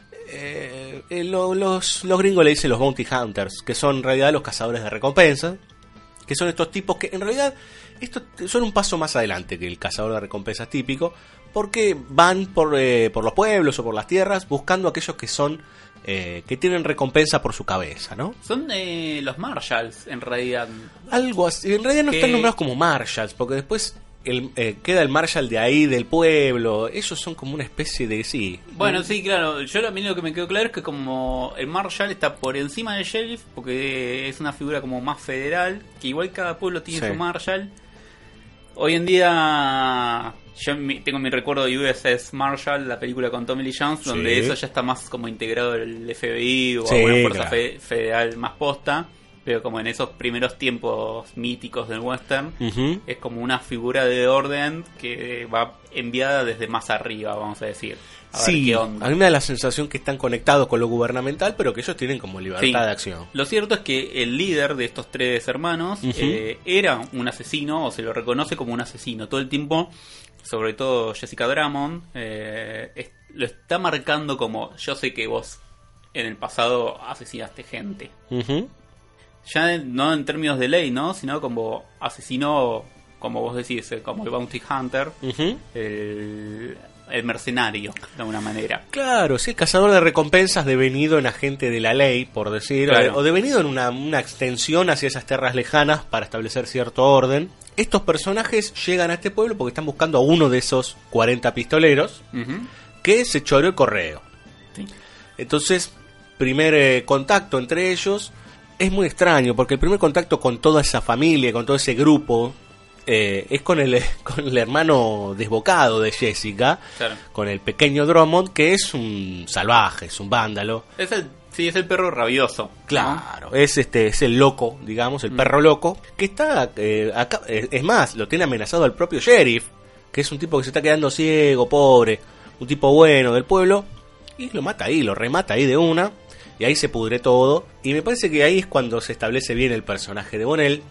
los gringos le dicen los Bounty Hunters, que son en realidad los cazadores de recompensas, que son estos tipos que en realidad estos son un paso más adelante que el cazador de recompensas típico, porque van por los pueblos o por las tierras buscando a aquellos que son que tienen recompensa por su cabeza, ¿no? Son los Marshalls, en realidad. Algo así. En realidad no Que- están nombrados como Marshalls, porque después queda el Marshall de ahí, del pueblo. Ellos son como una especie de... Sí. Bueno, sí, claro. Yo a mí lo que me quedó claro es que como el Marshall está por encima del Sheriff, porque es una figura como más federal, que igual cada pueblo tiene Sí. su Marshall. Hoy en día yo tengo mi recuerdo de USS Marshall, la película con Tommy Lee Jones, donde Sí. eso ya está más como integrado el FBI o Sí, alguna fuerza claro. federal más posta. Pero como en esos primeros tiempos míticos del western, Ujú. es como una figura de orden que va enviada desde más arriba, vamos a decir. A ver Sí, qué a onda. mí me da la sensación que están conectados con lo gubernamental, pero que ellos tienen como libertad Sí. de acción. Lo cierto es que el líder de estos 3 hermanos Ujú. era un asesino, o se lo reconoce como un asesino. Todo el tiempo, sobre todo Jessica Drummond, lo está marcando como: yo sé que vos en el pasado asesinaste gente. Ujú. Ya no en términos de ley, ¿no? Sino como asesino, como vos decís, como el Bounty Hunter, Ujú. el mercenario, de alguna manera. Claro, sí, el cazador de recompensas devenido en agente de la ley, por decir, Claro. o devenido en una extensión hacia esas tierras lejanas para establecer cierto orden. Estos personajes llegan a este pueblo porque están buscando a uno de esos 40 pistoleros Ujú. que se choreó el correo. Sí. Entonces, primer contacto entre ellos es muy extraño, porque el primer contacto con toda esa familia, con todo ese grupo, es con el hermano desbocado de Jessica, Claro. con el pequeño Drummond, que es un salvaje, es un vándalo. Es el perro rabioso. ¿no? Claro, es el loco, digamos, el perro loco, que está acá, es más, lo tiene amenazado al propio sheriff, que es un tipo que se está quedando ciego, pobre, un tipo bueno del pueblo, y lo mata ahí, lo remata ahí de una, y ahí se pudre todo, y me parece que ahí es cuando se establece bien el personaje de Bonnell,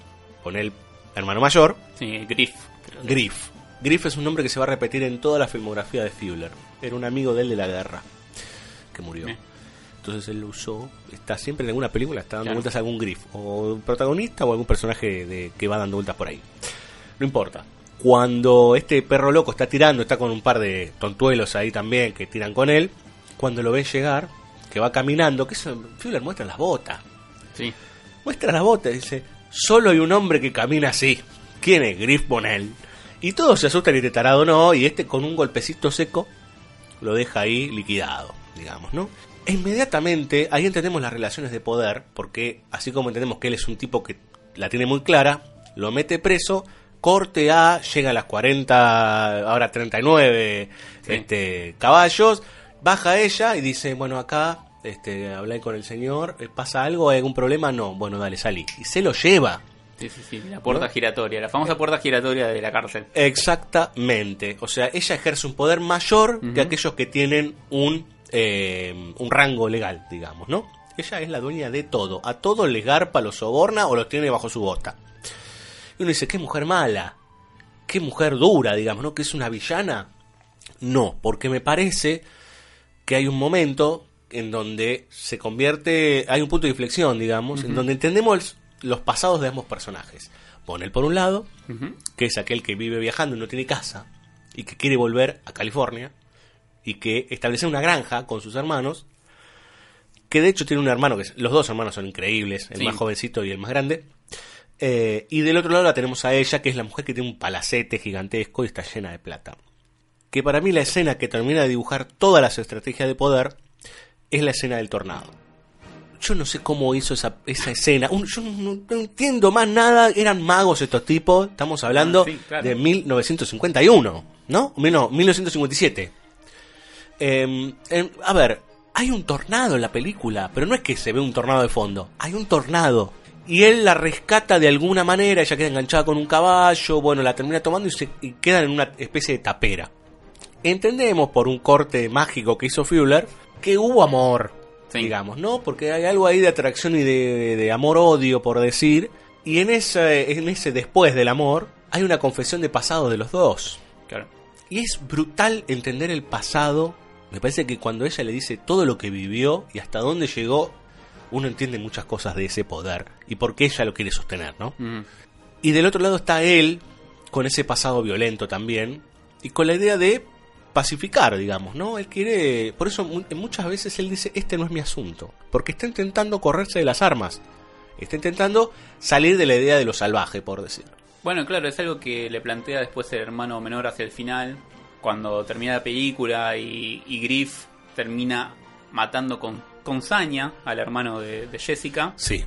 hermano mayor, Sí, Griff. Griff. Griff es un nombre que se va a repetir en toda la filmografía de Fuller. Era un amigo de él de la guerra, que murió. Bien. Entonces él lo usó, está siempre en alguna película, está dando Claro. vueltas a algún Griff, o un protagonista o algún personaje que va dando vueltas por ahí. No importa. Cuando este perro loco está tirando, está con un par de tontuelos ahí también que tiran con él, cuando lo ven llegar, que va caminando, que eso, Fuller muestra las botas. Sí. Muestra las botas, dice, solo hay un hombre que camina así. ¿Quién es? Griff Bonnell. Y todos se asustan y este tarado no, y con un golpecito seco lo deja ahí liquidado, digamos, ¿no? E inmediatamente ahí entendemos las relaciones de poder, porque así como entendemos que él es un tipo que la tiene muy clara, lo mete preso, corte A, llega a las 40, ahora 39 Sí. caballos, baja ella y dice, bueno, acá hablé con el señor, ¿pasa algo? ¿Hay algún problema? No, bueno, dale, salí. Y se lo lleva. Sí, la puerta giratoria, la famosa puerta giratoria de la cárcel. Exactamente. O sea, ella ejerce un poder mayor que aquellos que tienen un rango legal, digamos, ¿no? Ella es la dueña de todo. A todo les garpa, los soborna o los tiene bajo su bota. Y uno dice, qué mujer mala, qué mujer dura, digamos, ¿no? Que es una villana. No, porque me parece que hay un momento en donde se convierte, hay un punto de inflexión, digamos, en donde entendemos los pasados de ambos personajes. Bonnell por un lado, Ujú. que es aquel que vive viajando y no tiene casa, y que quiere volver a California, y que establece una granja con sus hermanos, que de hecho tiene un hermano, los dos hermanos son increíbles, el Sí. más jovencito y el más grande, y del otro lado la tenemos a ella, que es la mujer que tiene un palacete gigantesco y está llena de plata. Que para mí la escena que termina de dibujar todas las estrategias de poder es la escena del tornado. Yo no sé cómo hizo esa escena. Yo no entiendo más nada. Eran magos estos tipos. Estamos hablando Sí, claro. de 1951, ¿no? 1957. A ver, hay un tornado en la película, pero no es que se ve un tornado de fondo. Hay un tornado. Y él la rescata de alguna manera, ella queda enganchada con un caballo, bueno, la termina tomando y quedan en una especie de tapera. Entendemos por un corte mágico que hizo Fuller que hubo amor, digamos, ¿no? Porque hay algo ahí de atracción y de amor-odio, por decir. Y en ese después del amor hay una confesión de pasado de los dos. Claro. Y es brutal entender el pasado. Me parece que cuando ella le dice todo lo que vivió y hasta dónde llegó, uno entiende muchas cosas de ese poder y por qué ella lo quiere sostener, ¿no? Y del otro lado está él, con ese pasado violento también, y con la idea de pacificar, digamos, ¿no? Él quiere... Por eso muchas veces él dice, este no es mi asunto, porque está intentando correrse de las armas, está intentando salir de la idea de lo salvaje, por decir. Bueno, claro, es algo que le plantea después el hermano menor hacia el final, cuando termina la película y Griff termina matando con saña al hermano de Jessica. Sí.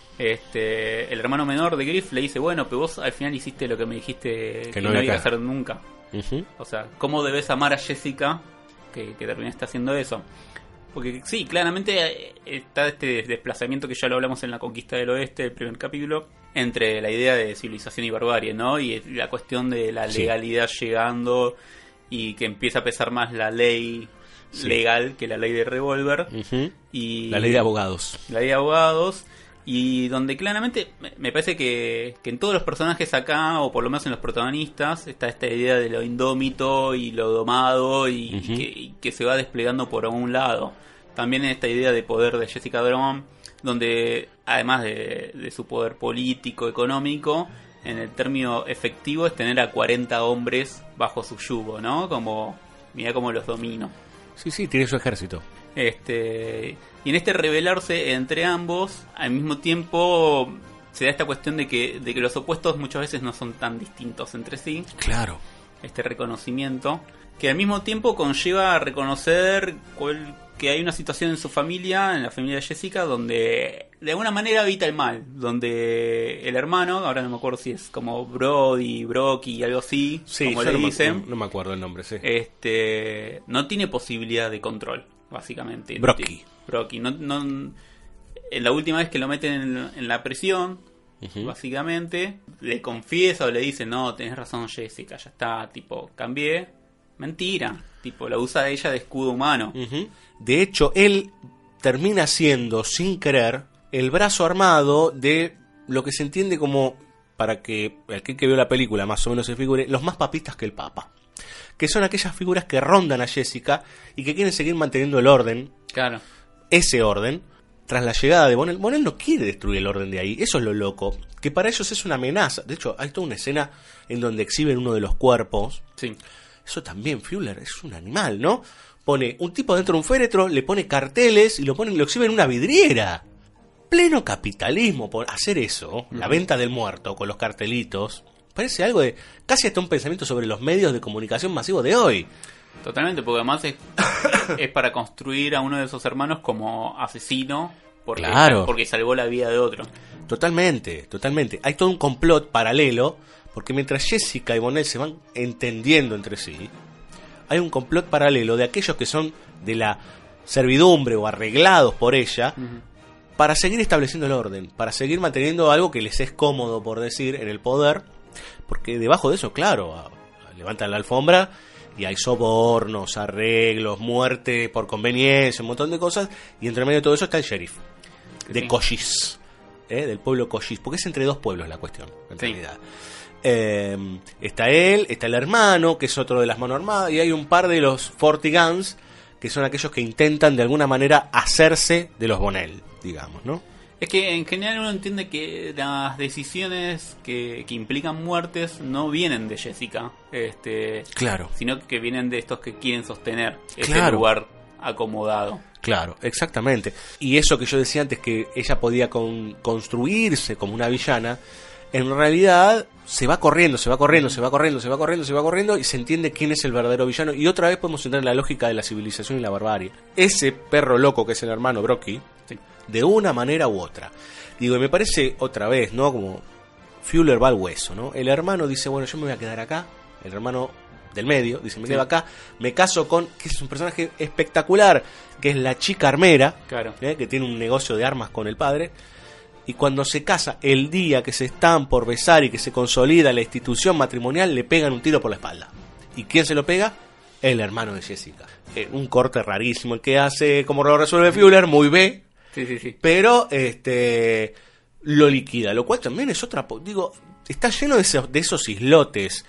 El hermano menor de Griff le dice, bueno, pero vos al final hiciste lo que me dijiste que no ibas a hacer nunca. O sea, ¿cómo debes amar a Jessica que terminaste haciendo eso? Porque sí, claramente está este desplazamiento que ya lo hablamos en La Conquista del Oeste, el primer capítulo, entre la idea de civilización y barbarie, ¿no? Y la cuestión de la legalidad llegando y que empieza a pesar más la ley legal que la ley de revólver. Y la ley de abogados. La ley de abogados. Y donde claramente me parece que en todos los personajes acá, o por lo menos en los protagonistas, está esta idea de lo indómito y lo domado y que se va desplegando por un lado. También esta idea de poder de Jessica Drummond, donde además de su poder político, económico, en el término efectivo es tener a 40 hombres bajo su yugo, ¿no? Como, mirá cómo los domino. Sí, tiene su ejército. Y en este rebelarse entre ambos, al mismo tiempo se da esta cuestión de que los opuestos muchas veces no son tan distintos entre sí. Claro. Este reconocimiento, que al mismo tiempo conlleva a reconocer que hay una situación en su familia, en la familia de Jessica, donde de alguna manera habita el mal, donde el hermano, ahora no me acuerdo si es como Brocky, algo así, como le dicen. No me acuerdo el nombre, sí. No tiene posibilidad de control, básicamente. Brocky. No, en la última vez que lo meten en la prisión, básicamente, le confiesa o le dice, no, tenés razón Jessica, ya está, tipo, cambié. Mentira, tipo, la usa ella de escudo humano. De hecho, él termina siendo, sin querer, el brazo armado de lo que se entiende como, para que aquel que vio la película más o menos se figure, los más papistas que el Papa. Que son aquellas figuras que rondan a Jessica y que quieren seguir manteniendo el orden. Claro. Ese orden, tras la llegada de Bonnell. Bonnell no quiere destruir el orden de ahí, eso es lo loco. Que para ellos es una amenaza. De hecho, hay toda una escena en donde exhiben uno de los cuerpos. Sí. Eso también, Fuller es un animal, ¿no? Pone un tipo dentro de un féretro, le pone carteles y lo exhibe en una vidriera. Pleno capitalismo por hacer eso, la venta del muerto con los cartelitos. Parece algo de casi hasta un pensamiento sobre los medios de comunicación masivos de hoy. Totalmente, porque además es para construir a uno de esos hermanos como asesino, porque salvó la vida de otro. Totalmente. Hay todo un complot paralelo, porque mientras Jessica y Bonnell se van entendiendo entre sí, hay un complot paralelo de aquellos que son de la servidumbre o arreglados por ella, para seguir estableciendo el orden, para seguir manteniendo algo que les es cómodo, por decir, en el poder, porque debajo de eso, claro, levantan la alfombra y hay sobornos, arreglos, muerte por conveniencia, un montón de cosas, y entre medio de todo eso está el sheriff de Cochise, del pueblo Cochise, porque es entre dos pueblos la cuestión, en realidad. Está él, está el hermano, que es otro de las manos armadas, y hay un par de los Fortigans, que son aquellos que intentan de alguna manera hacerse de los Bonnell, digamos, ¿no? Es que en general uno entiende que las decisiones que implican muertes no vienen de Jessica, claro, sino que vienen de estos que quieren sostener ese lugar acomodado. Claro, exactamente. Y eso que yo decía antes, que ella podía construirse como una villana, en realidad se va corriendo y se entiende quién es el verdadero villano. Y otra vez podemos entrar en la lógica de la civilización y la barbarie. Ese perro loco que es el hermano Brocky, de una manera u otra. Digo, y me parece otra vez, ¿no? Como Fuller va al hueso, ¿no? El hermano dice, bueno, yo me voy a quedar acá. El hermano del medio dice, me quedo acá, me caso con, que es un personaje espectacular, que es la chica armera, claro, que tiene un negocio de armas con el padre. y cuando se casa, el día que se están por besar y que se consolida la institución matrimonial, le pegan un tiro por la espalda. ¿Y quién se lo pega? El hermano de Jessica. Un corte rarísimo el que hace, como lo resuelve Fuller, muy B. Sí. Pero lo liquida, lo cual también es otra... Digo, está lleno de esos islotes,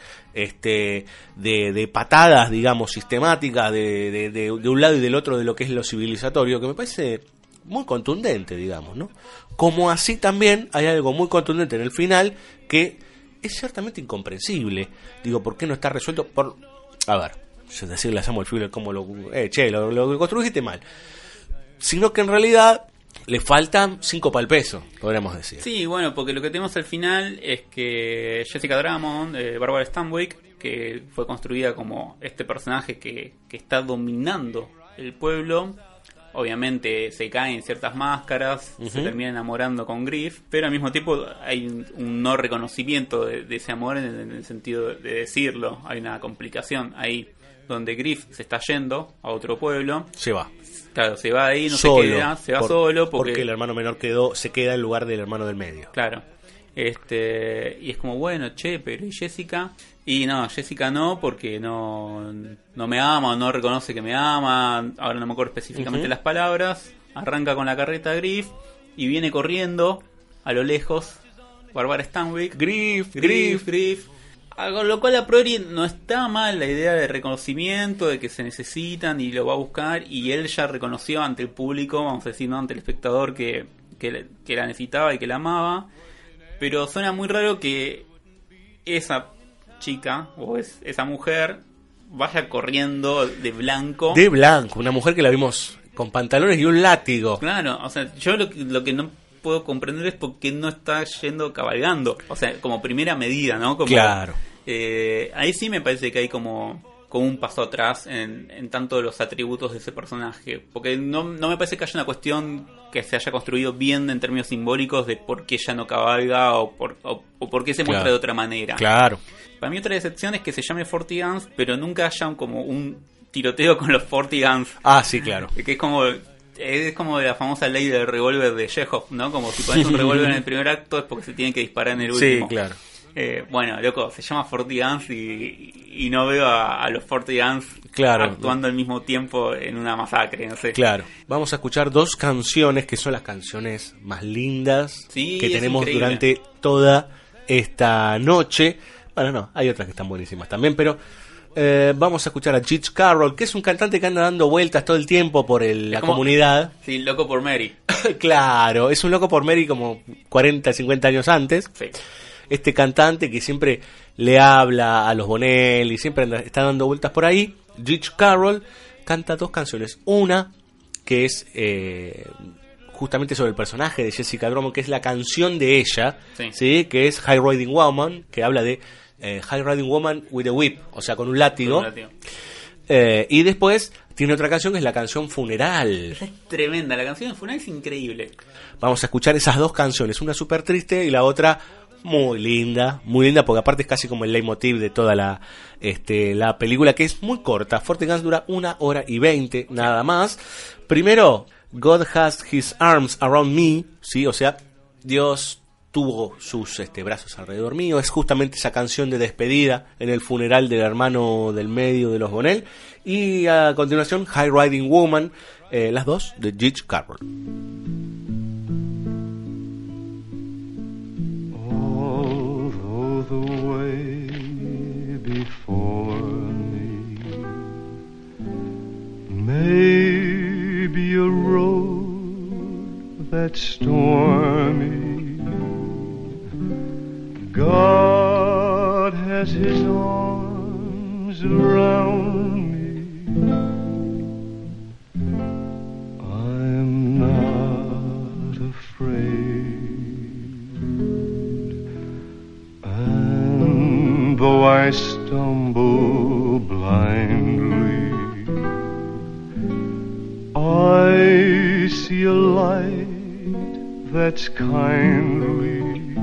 de patadas, digamos, sistemáticas de un lado y del otro de lo que es lo civilizatorio, que me parece muy contundente, digamos, ¿no? Como así también hay algo muy contundente en el final que es ciertamente incomprensible. Digo, ¿por qué no está resuelto? A ver, es decirle a Samuel Fuller como lo construiste mal. Sino que en realidad le faltan 5 para el peso, podríamos decir. Sí, bueno, porque lo que tenemos al final es que Jessica Drummond, Barbara Stanwyck, que fue construida como este personaje que está dominando el pueblo, obviamente se caen ciertas máscaras, se termina enamorando con Griff, pero al mismo tiempo hay un no reconocimiento de ese amor en el sentido de decirlo. Hay una complicación ahí donde Griff se está yendo a otro pueblo. Se va. Claro, se va ahí, no solo, se queda, se va solo porque el hermano menor se queda en lugar del hermano del medio. Claro. Y es como, bueno, pero ¿y Jessica? Y no, Jessica no, porque no me ama, no reconoce que me ama. Ahora no me acuerdo específicamente las palabras. Arranca con la carreta Griff y viene corriendo a lo lejos Barbara Stanwyck. Griff. Con lo cual a priori no está mal la idea de reconocimiento, de que se necesitan y lo va a buscar, y él ya reconoció ante el público, vamos a decir, no ante el espectador, que la necesitaba y que la amaba. Pero suena muy raro que esa chica o esa mujer vaya corriendo de blanco. De blanco, una mujer que la vimos con pantalones y un látigo. Claro, o sea, yo lo que no puedo comprender es por qué no está yendo cabalgando, o sea, como primera medida, ¿no? Como, claro. Ahí sí me parece que hay como un paso atrás en tanto de los atributos de ese personaje, porque no me parece que haya una cuestión que se haya construido bien en términos simbólicos de por qué ella no cabalga o por qué se muestra de otra manera. Claro. Para mí otra decepción es que se llame 40 Guns, pero nunca haya como un tiroteo con los 40 Guns. Ah, sí, claro. Que es como la famosa ley del revólver de Chekhov, ¿no? Como si pones un revólver en el primer acto es porque se tiene que disparar en el último. Sí, claro. Bueno, loco, se llama 40 Guns y no veo a los 40 Guns actuando al mismo tiempo en una masacre, no sé. Claro. Vamos a escuchar 2 canciones que son las canciones más lindas que tenemos increíble. Durante toda esta noche. Bueno, no, hay otras que están buenísimas también, pero vamos a escuchar a Gitch Carroll, que es un cantante que anda dando vueltas todo el tiempo por la comunidad. Sí, loco por Mary. Claro, es un loco por Mary como 40, 50 años antes. Sí. Este cantante que siempre le habla a los Bonnell y siempre está dando vueltas por ahí. Gitch Carroll canta 2 canciones. Una que es justamente sobre el personaje de Jessica Drummond, que es la canción de ella, ¿sí? Que es High Riding Woman, que habla de High Riding Woman with a Whip, o sea, con un látigo. Y después tiene otra canción que es la canción Funeral. Esa es tremenda, la canción de Funeral es increíble. Vamos a escuchar esas 2 canciones, una súper triste y la otra muy linda, porque aparte es casi como el leitmotiv de toda la película, que es muy corta. 40 Guns dura 1 hora y 20, nada más. Primero, God has his arms around me, ¿sí? O sea, Dios tuvo sus brazos alrededor mío. Es justamente esa canción de despedida en el funeral del hermano del medio de los Bonnell. Y a continuación, High Riding Woman, las 2 de Gitch Carroll. The way before me may be a road that's stormy. God has his arms around me. I'm not afraid. Though I stumble blindly, I see a light that's kindly.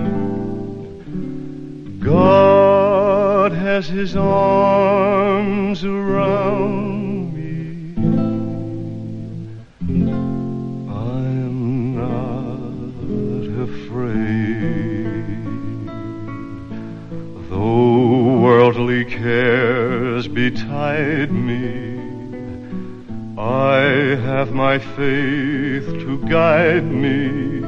God has his arms around me. I'm not afraid. Though worldly cares betide me, I have my faith to guide me.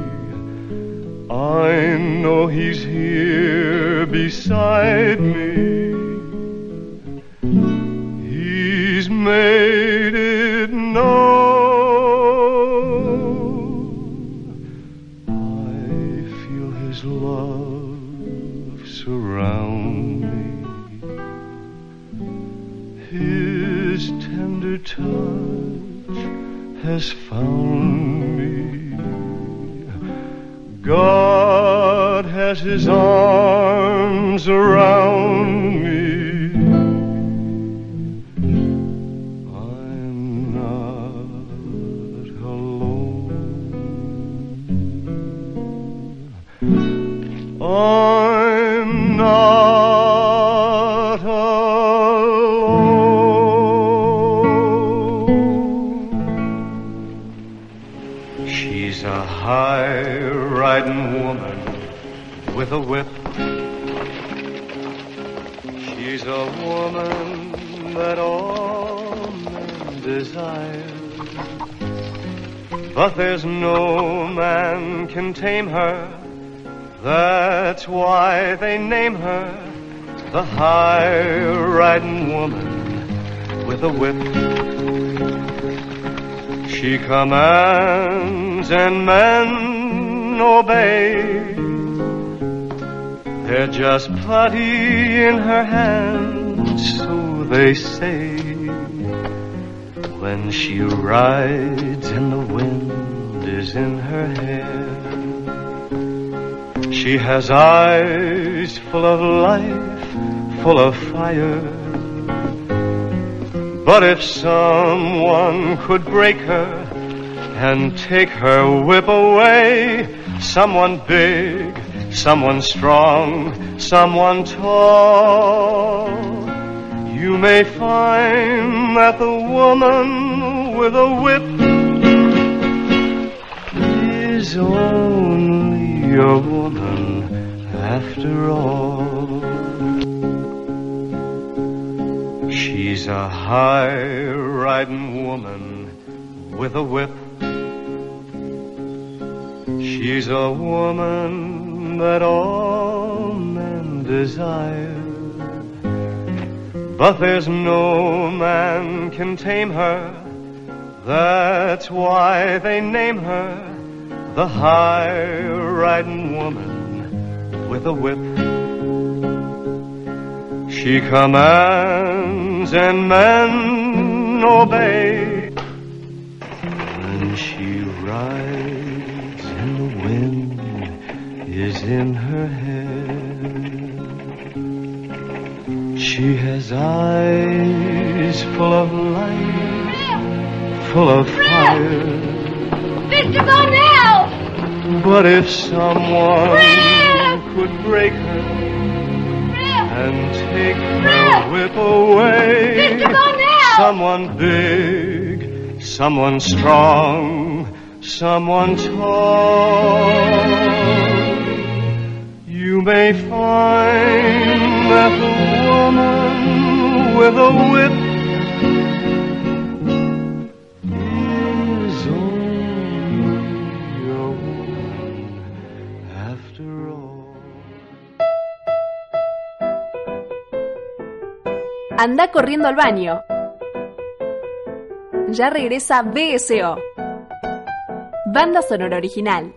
I know He's here beside me. He's made it known. I feel His love surround me. His tender touch has found me. God has His arms around me. I'm not alone. I'm not alone. She's a high-riding woman with a whip. She's a woman that all men desire, but there's no man can tame her. That's why they name her the high-riding woman with a whip. She commands and men obey. They're just putty in her hands, so they say. When she rides and the wind is in her hair, she has eyes full of life, full of fire. But if someone could break her and take her whip away, someone big, someone strong, someone tall, you may find that the woman with a whip is only a woman after all. She's a high-riding woman with a whip. She's a woman that all men desire, but there's no man can tame her. That's why they name her the high-riding woman with a whip. She commands and men obey. When she rides and the wind is in her hair, she has eyes full of light, full of fire. Mr. Bonnell! But if someone could break her and take her whip away, Mr. Bonnell! someone big, someone strong, someone tall, you may find that the woman with a whip is only a woman after all. Anda corriendo al baño. Ya regresa BSO. Banda sonora original.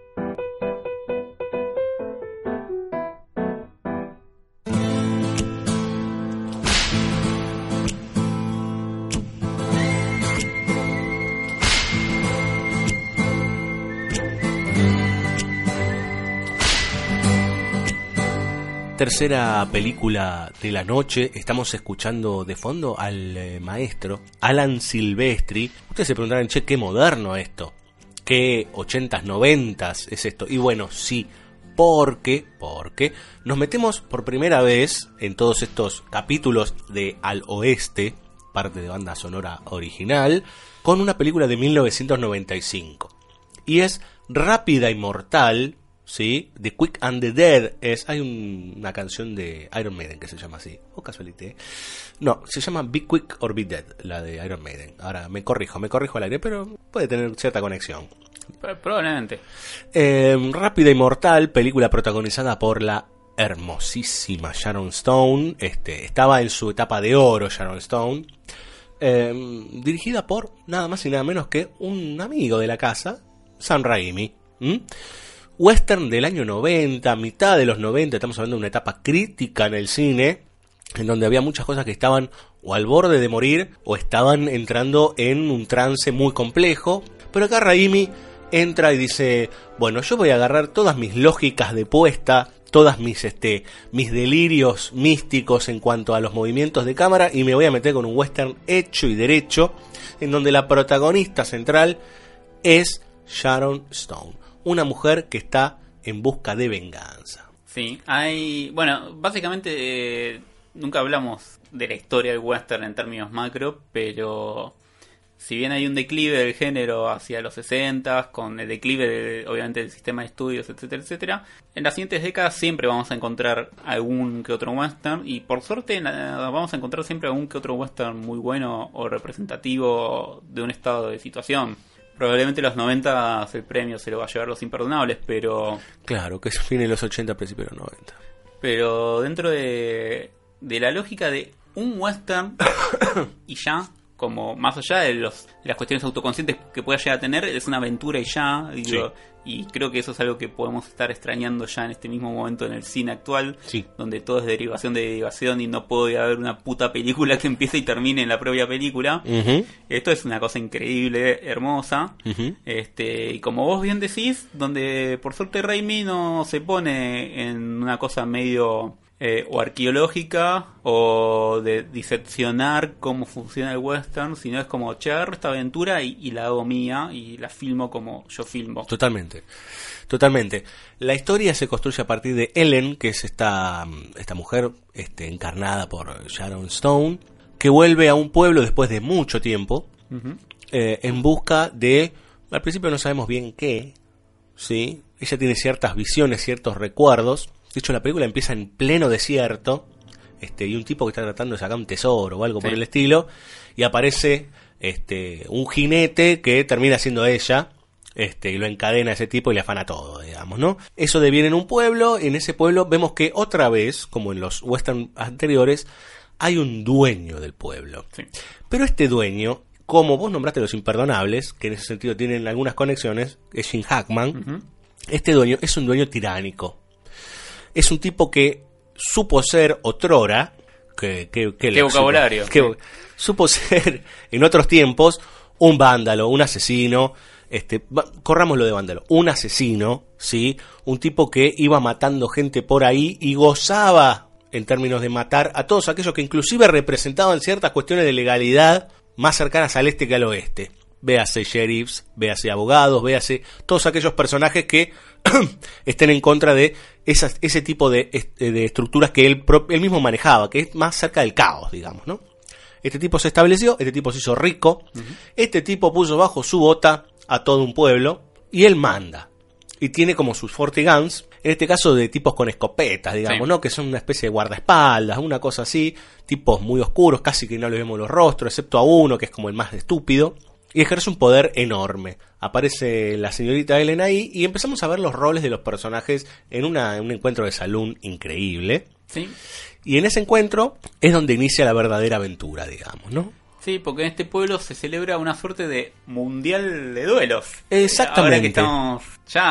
Tercera película de la noche. Estamos escuchando de fondo al maestro Alan Silvestri. Ustedes se preguntarán, che, qué moderno esto, qué 80s, 90s es esto. Y bueno, sí, porque nos metemos por primera vez en todos estos capítulos de Al Oeste, parte de banda sonora original, con una película de 1995. Y es Rápida y Mortal, ¿sí? The Quick and the Dead hay una canción de Iron Maiden que se llama así, o casualité. No, se llama Be Quick or Be Dead, la de Iron Maiden. Ahora me corrijo al aire, pero puede tener cierta conexión. Probablemente. Rápida y Mortal, película protagonizada por la hermosísima Sharon Stone. Estaba en su etapa de oro Sharon Stone. Dirigida por nada más y nada menos que un amigo de la casa, Sam Raimi. Western del año 90, mitad de los 90, estamos hablando de una etapa crítica en el cine, en donde había muchas cosas que estaban o al borde de morir o estaban entrando en un trance muy complejo. Pero acá Raimi entra y dice, bueno, yo voy a agarrar todas mis lógicas de puesta, todas mis delirios místicos en cuanto a los movimientos de cámara, y me voy a meter con un western hecho y derecho, en donde la protagonista central es Sharon Stone, una mujer que está en busca de venganza. Sí, bueno, básicamente nunca hablamos de la historia del western en términos macro, pero si bien hay un declive del género hacia los 60, con el declive obviamente del sistema de estudios, etcétera, etcétera, en las siguientes décadas siempre vamos a encontrar algún que otro western, y por suerte vamos a encontrar siempre algún que otro western muy bueno o representativo de un estado de situación. Probablemente los 90 el premio se lo va a llevar Los Imperdonables, pero... Claro, que es fin de los 80, principio de los 90. Pero dentro de la lógica de un western y ya, como más allá de las cuestiones autoconscientes que pueda llegar a tener, es una aventura y ya, digo, sí. Y creo que eso es algo que podemos estar extrañando ya en este mismo momento en el cine actual, sí, donde todo es derivación de derivación y no puede haber una puta película que empiece y termine en la propia película. Uh-huh. Esto es una cosa increíble, hermosa. Uh-huh. Y como vos bien decís, donde por suerte Raimi no se pone en una cosa medio... o arqueológica o de diseccionar cómo funciona el western, sino es como, che, agarro esta aventura y la hago mía y la filmo como yo filmo. Totalmente. La historia se construye a partir de Ellen, que es esta mujer encarnada por Sharon Stone, que vuelve a un pueblo después de mucho tiempo, uh-huh, en busca de, al principio no sabemos bien qué, ¿sí? Ella tiene ciertas visiones, ciertos recuerdos. De hecho, la película empieza en pleno desierto, y un tipo que está tratando de sacar un tesoro o algo, sí, por el estilo, y aparece un jinete que termina siendo ella, y lo encadena a ese tipo y le afana todo, digamos, ¿no? Eso deviene en un pueblo, y en ese pueblo vemos que otra vez, como en los western anteriores, hay un dueño del pueblo. Sí. Pero este dueño, como vos nombraste Los Imperdonables, que en ese sentido tienen algunas conexiones, es Gene Hackman, uh-huh, este dueño es un dueño tiránico. Es un tipo que supo ser otrora, qué vocabulario, supo ser en otros tiempos un vándalo, un asesino, corrámoslo de vándalo, un asesino, ¿sí? Un tipo que iba matando gente por ahí y gozaba en términos de matar a todos aquellos que inclusive representaban ciertas cuestiones de legalidad más cercanas al este que al oeste. Véase sheriffs, véase abogados, véase todos aquellos personajes que estén en contra de ese tipo de estructuras que él mismo manejaba, que es más cerca del caos, digamos, ¿no? Este tipo se estableció, este tipo se hizo rico, uh-huh, este tipo puso bajo su bota a todo un pueblo y él manda. Y tiene como sus 40 guns, en este caso de tipos con escopetas, digamos, sí, ¿no? Que son una especie de guardaespaldas, una cosa así, tipos muy oscuros, casi que no le vemos los rostros, excepto a uno que es como el más estúpido. Y ejerce un poder enorme. Aparece la señorita Ellen ahí y empezamos a ver los roles de los personajes en un encuentro de salón increíble. Sí. Y en ese encuentro es donde inicia la verdadera aventura, digamos, ¿no? Sí, porque en este pueblo se celebra una suerte de mundial de duelos. Exactamente. Ahora que estamos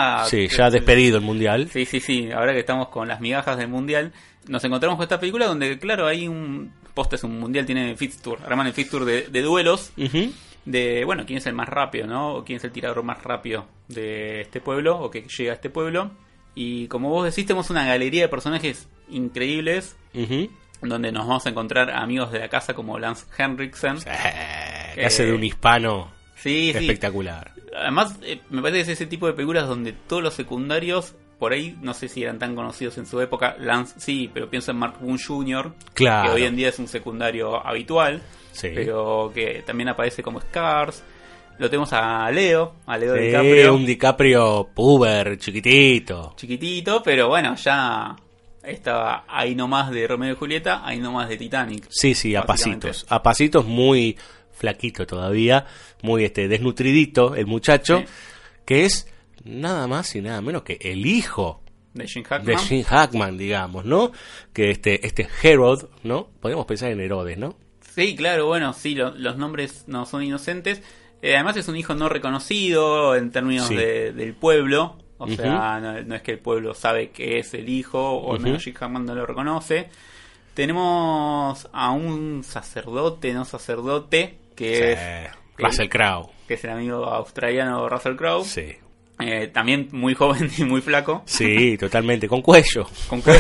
ya despedido el mundial. Sí. Ahora que estamos con las migajas del mundial, nos encontramos con esta película donde, claro, hay un mundial, tiene fixture, arman el fixture de duelos. Uh-huh. De, bueno, quién es el más rápido, ¿no? O quién es el tirador más rápido de este pueblo, o que llega a este pueblo. Y como vos decís, tenemos una galería de personajes increíbles, uh-huh, donde nos vamos a encontrar amigos de la casa como Lance Henriksen. Que hace de un hispano espectacular. Sí. Además, me parece que es ese tipo de películas donde todos los secundarios, por ahí, no sé si eran tan conocidos en su época. Lance sí, pero pienso en Mark Boone Jr., claro, que hoy en día es un secundario habitual. Sí. Pero que también aparece como Scars. lo tenemos a Leo Sí, DiCaprio. un DiCaprio puber, chiquitito. Chiquitito, pero bueno, ya estaba ahí nomás de Romeo y Julieta, ahí nomás de Titanic. Sí, a básicamente. pasitos. A pasitos, muy flaquito todavía, muy desnutridito el muchacho, Sí. que es nada más y nada menos que el hijo De Gene de Hackman. Gene Hackman, digamos, ¿no? Que este Herod, ¿no? Podemos pensar en Herodes, ¿no? Sí, claro, bueno, sí, los nombres no son inocentes. Además es un hijo no reconocido en términos Sí. del pueblo. O Ujú. sea, no es que el pueblo sabe que es el hijo, o al menos Gene Hackman no lo reconoce. Tenemos a un sacerdote, que es Russell Crowe. que es el amigo australiano Russell Crowe. Sí. También muy joven y muy flaco. Sí, totalmente, con cuello. Con cuello.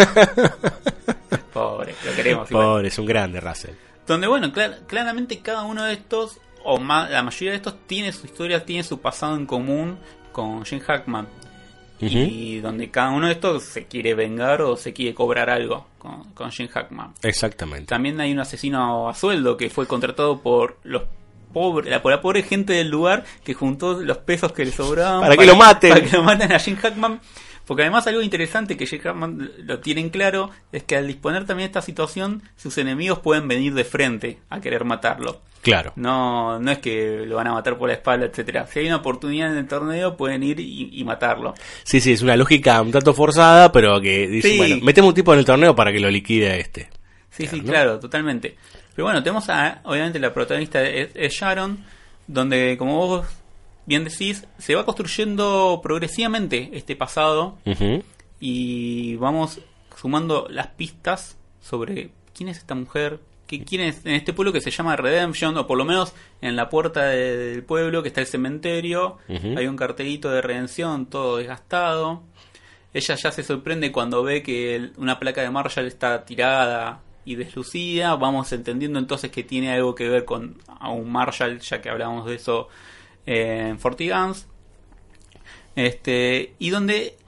Pobre, lo queremos. igual. Pobre, es un grande Russell. Donde, bueno, claramente cada uno de estos, o más, la mayoría de estos, tiene su historia, tiene su pasado en común con Gene Hackman. Y donde cada uno de estos se quiere vengar o se quiere cobrar algo con Gene Hackman. Exactamente. También hay un asesino a sueldo que fue contratado por por la pobre gente del lugar, que juntó los pesos que le sobraban Para que lo maten. Para que lo maten a Gene Hackman. Porque además algo interesante que Gene Hackman lo tienen claro es que al disponer también de esta situación, sus enemigos pueden venir de frente a querer matarlo. Claro. No es que lo van a matar por la espalda, etcétera. Si hay una oportunidad en el torneo, pueden ir y matarlo. Sí, es una lógica un tanto forzada, pero que dice, Sí. bueno, metemos un tipo en el torneo para que lo liquide a este. Sí, Claro, ¿no? claro, totalmente. Pero bueno, tenemos obviamente la protagonista es Sharon, donde, como vos bien decís, se va construyendo progresivamente este pasado Ujú. y vamos sumando las pistas sobre quién es esta mujer, quién es en este pueblo que se llama Redemption, o por lo menos en la puerta del pueblo que está el cementerio, Ujú. hay un cartelito de redención todo desgastado. Ella ya se sorprende cuando ve que una placa de Marshall está tirada y deslucida. Vamos entendiendo entonces que tiene algo que ver con a un Marshall, ya que hablábamos de eso en 40 Guns. Y donde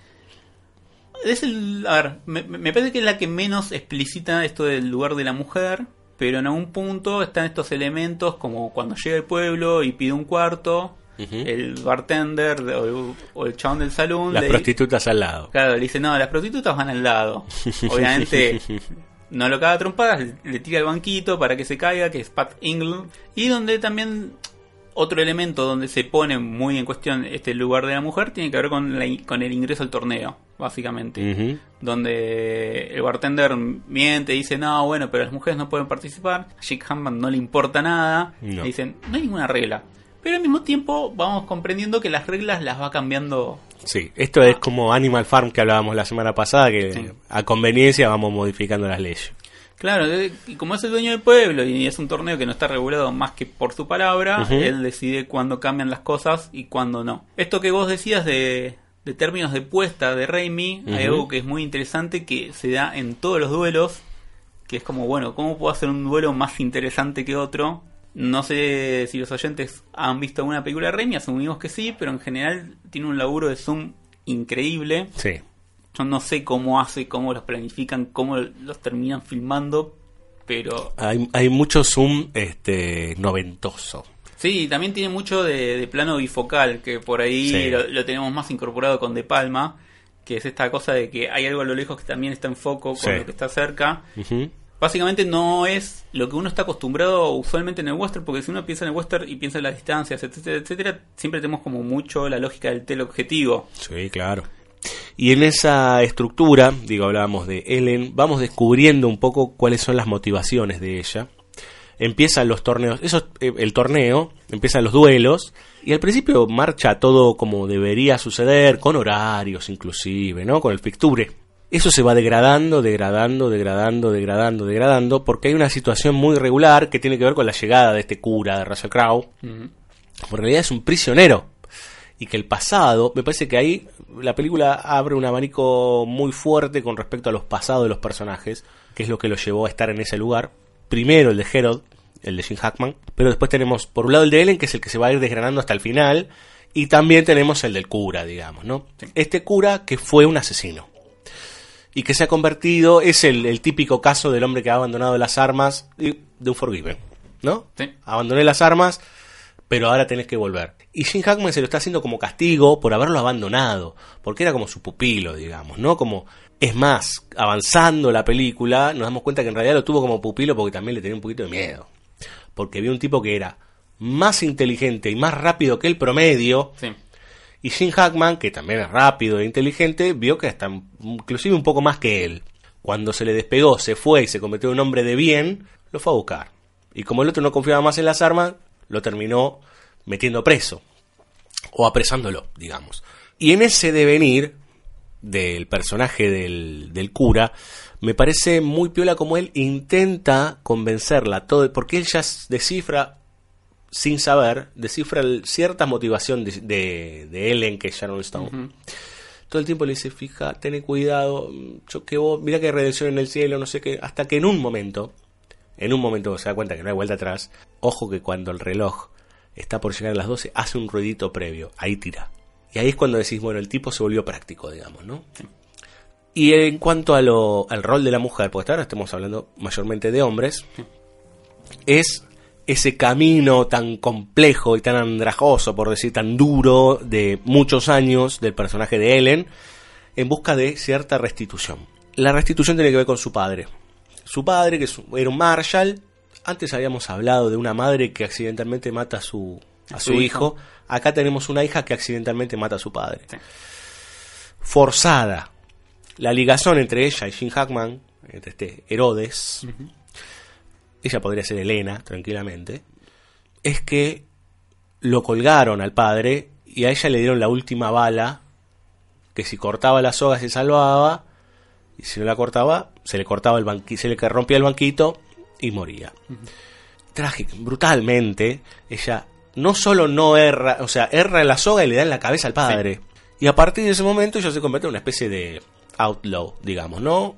es a ver, me parece que es la que menos explicita esto del lugar de la mujer, pero en algún punto están estos elementos como cuando llega al pueblo y pide un cuarto. Ujú. El bartender o el chabón del salón Las prostitutas al lado. Claro, le dice, no, las prostitutas van al lado. Obviamente no lo caga a trompadas, le tira el banquito para que se caiga, que es Pat England. Y donde también otro elemento donde se pone muy en cuestión este lugar de la mujer tiene que ver con el ingreso al torneo, básicamente. Ujú. Donde el bartender miente, dice, no, bueno, pero las mujeres no pueden participar. A Gene Hackman no le importa nada. No. Le dicen, no hay ninguna regla. Pero al mismo tiempo vamos comprendiendo que las reglas las va cambiando. Sí, esto es como Animal Farm que hablábamos la semana pasada, que Sí. a conveniencia vamos modificando las leyes. Claro, y como es el dueño del pueblo y es un torneo que no está regulado más que por su palabra, Ujú. él decide cuándo cambian las cosas y cuándo no. Esto que vos decías de términos de puesta de Raimi, hay Ujú. algo que es muy interesante que se da en todos los duelos, que es como, bueno, ¿cómo puedo hacer un duelo más interesante que otro? No sé si los oyentes han visto alguna película de Raimi, asumimos que sí, pero en general tiene un laburo de zoom increíble. Sí. Yo no sé cómo cómo los planifican, cómo los terminan filmando, pero Hay mucho zoom noventoso. sí, también tiene mucho de plano bifocal, que por ahí Sí. lo tenemos más incorporado con De Palma, que es esta cosa de que hay algo a lo lejos que también está en foco con Sí. lo que está cerca. Ujú. Básicamente no es lo que uno está acostumbrado usualmente en el western, porque si uno piensa en el western y piensa en las distancias, etcétera, etcétera, siempre tenemos como mucho la lógica del teleobjetivo. Sí, claro. Y en esa estructura, hablábamos de Ellen, vamos descubriendo un poco cuáles son las motivaciones de ella. Empiezan los torneos, el torneo, empiezan los duelos, y al principio marcha todo como debería suceder, con horarios inclusive, ¿no? Con el fixture. Eso se va degradando, porque hay una situación muy irregular que tiene que ver con la llegada de este cura de Russell Crowe. En realidad es un prisionero. Y que el pasado, me parece que ahí la película abre un abanico muy fuerte con respecto a los pasados de los personajes, que es lo que los llevó a estar en ese lugar. Primero el de Herod, el de Gene Hackman, pero después tenemos por un lado el de Ellen, que es el que se va a ir desgranando hasta el final, y también tenemos el del cura, digamos, ¿no? Sí. Este cura que fue un asesino, y que se ha convertido, es el típico caso del hombre que ha abandonado las armas, y de un Forgiven, ¿no? Sí. Abandoné las armas, pero ahora tenés que volver. Y Gene Hackman se lo está haciendo como castigo por haberlo abandonado, porque era como su pupilo, digamos, ¿no? Como, es más, avanzando la película, nos damos cuenta que en realidad lo tuvo como pupilo porque también le tenía un poquito de miedo. Porque vio un tipo que era más inteligente y más rápido que el promedio. Sí. Y Gene Hackman, que también es rápido e inteligente, vio que hasta inclusive un poco más que él. Cuando se le despegó, se fue y se convirtió en un hombre de bien, lo fue a buscar. Y como el otro no confiaba más en las armas, lo terminó metiendo preso. O apresándolo, digamos. Y en ese devenir del personaje del cura, me parece muy piola como él intenta convencerla, todo, porque él ya descifra, sin saber, cierta motivación de Ellen, que es Sharon Stone. Uh-huh. Todo el tiempo le dice, fija, ten cuidado, mira que hay redención en el cielo, no sé qué, hasta que en un momento se da cuenta que no hay vuelta atrás. Ojo que cuando el reloj está por llegar a las 12, hace un ruidito previo, ahí tira. Y ahí es cuando decís, bueno, el tipo se volvió práctico, digamos, ¿no? Sí. Y en cuanto al rol de la mujer, porque hasta ahora estamos hablando mayormente de hombres, sí, es ese camino tan complejo y tan andrajoso, por decir, tan duro, de muchos años del personaje de Ellen, en busca de cierta restitución. La restitución tiene que ver con su padre. Su padre, que era un Marshall. Antes habíamos hablado de una madre que accidentalmente mata a su hijo. Acá tenemos una hija que accidentalmente mata a su padre. Sí. Forzada. La ligación entre ella y Gene Hackman, entre Herodes, uh-huh, ella podría ser Elena, tranquilamente, es que lo colgaron al padre y a ella le dieron la última bala, que si cortaba la soga se salvaba, y si no la cortaba, se le cortaba se le rompía el banquito y moría. Uh-huh. Trágico, brutalmente, ella no solo no erra, o sea, erra en la soga y le da en la cabeza al padre. Sí. Y a partir de ese momento ella se convierte en una especie de outlaw, digamos, ¿no?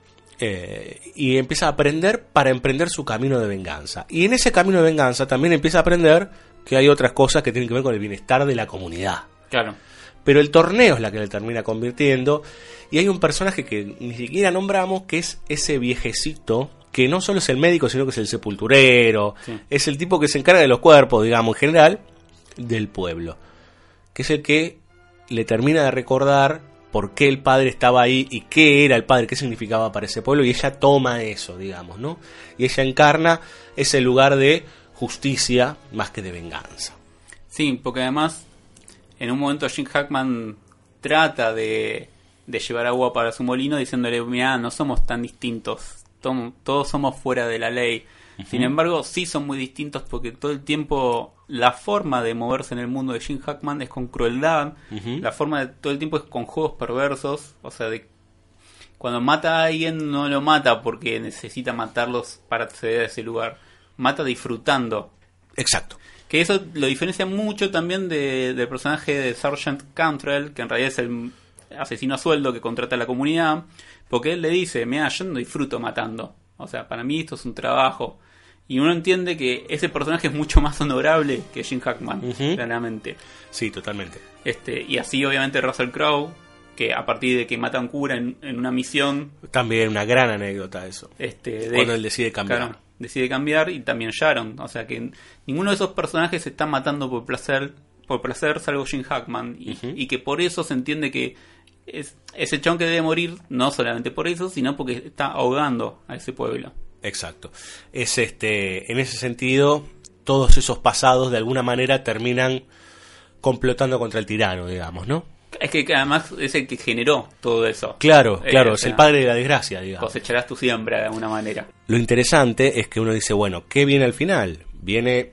Y empieza a aprender para emprender su camino de venganza. Y en ese camino de venganza también empieza a aprender que hay otras cosas que tienen que ver con el bienestar de la comunidad. Claro. Pero el torneo es la que le termina convirtiendo. Y hay un personaje que ni siquiera nombramos, que es ese viejecito, que no solo es el médico, sino que es el sepulturero. Sí. Es el tipo que se encarga de los cuerpos, digamos, en general, del pueblo. Que es el que le termina de recordar por qué el padre estaba ahí y qué era el padre, qué significaba para ese pueblo, y ella toma eso, digamos, ¿no? Y ella encarna ese lugar de justicia más que de venganza. Sí, porque además en un momento Gene Hackman trata de llevar agua para su molino diciéndole, mirá, no somos tan distintos, todos somos fuera de la ley. Uh-huh. Sin embargo, sí son muy distintos porque todo el tiempo la forma de moverse en el mundo de Gene Hackman es con crueldad. Uh-huh. La forma de todo el tiempo es con juegos perversos. O sea, cuando mata a alguien no lo mata porque necesita matarlos para acceder a ese lugar. Mata disfrutando. Exacto. Que eso lo diferencia mucho también del personaje de Sergeant Cantrell, que en realidad es el asesino a sueldo que contrata a la comunidad, porque él le dice, mira, yo no disfruto matando. O sea, para mí esto es un trabajo. Y uno entiende que ese personaje es mucho más honorable que Gene Hackman, uh-huh, claramente. Sí, totalmente. Y así obviamente Russell Crowe, que a partir de que mata a un cura en una misión... También una gran anécdota eso. Cuando él decide cambiar. Claro, decide cambiar, y también Sharon. O sea que ninguno de esos personajes se está matando por placer, salvo Gene Hackman. Uh-huh. Y que por eso se entiende que es el chabón que debe morir, no solamente por eso, sino porque está ahogando a ese pueblo. Exacto. Es en ese sentido, todos esos pasados de alguna manera terminan complotando contra el tirano, digamos, ¿no? Es que además es el que generó todo eso. Claro, es el padre de la desgracia, digamos. Cosecharás tu siembra de alguna manera. Lo interesante es que uno dice, bueno, ¿qué viene al final? Viene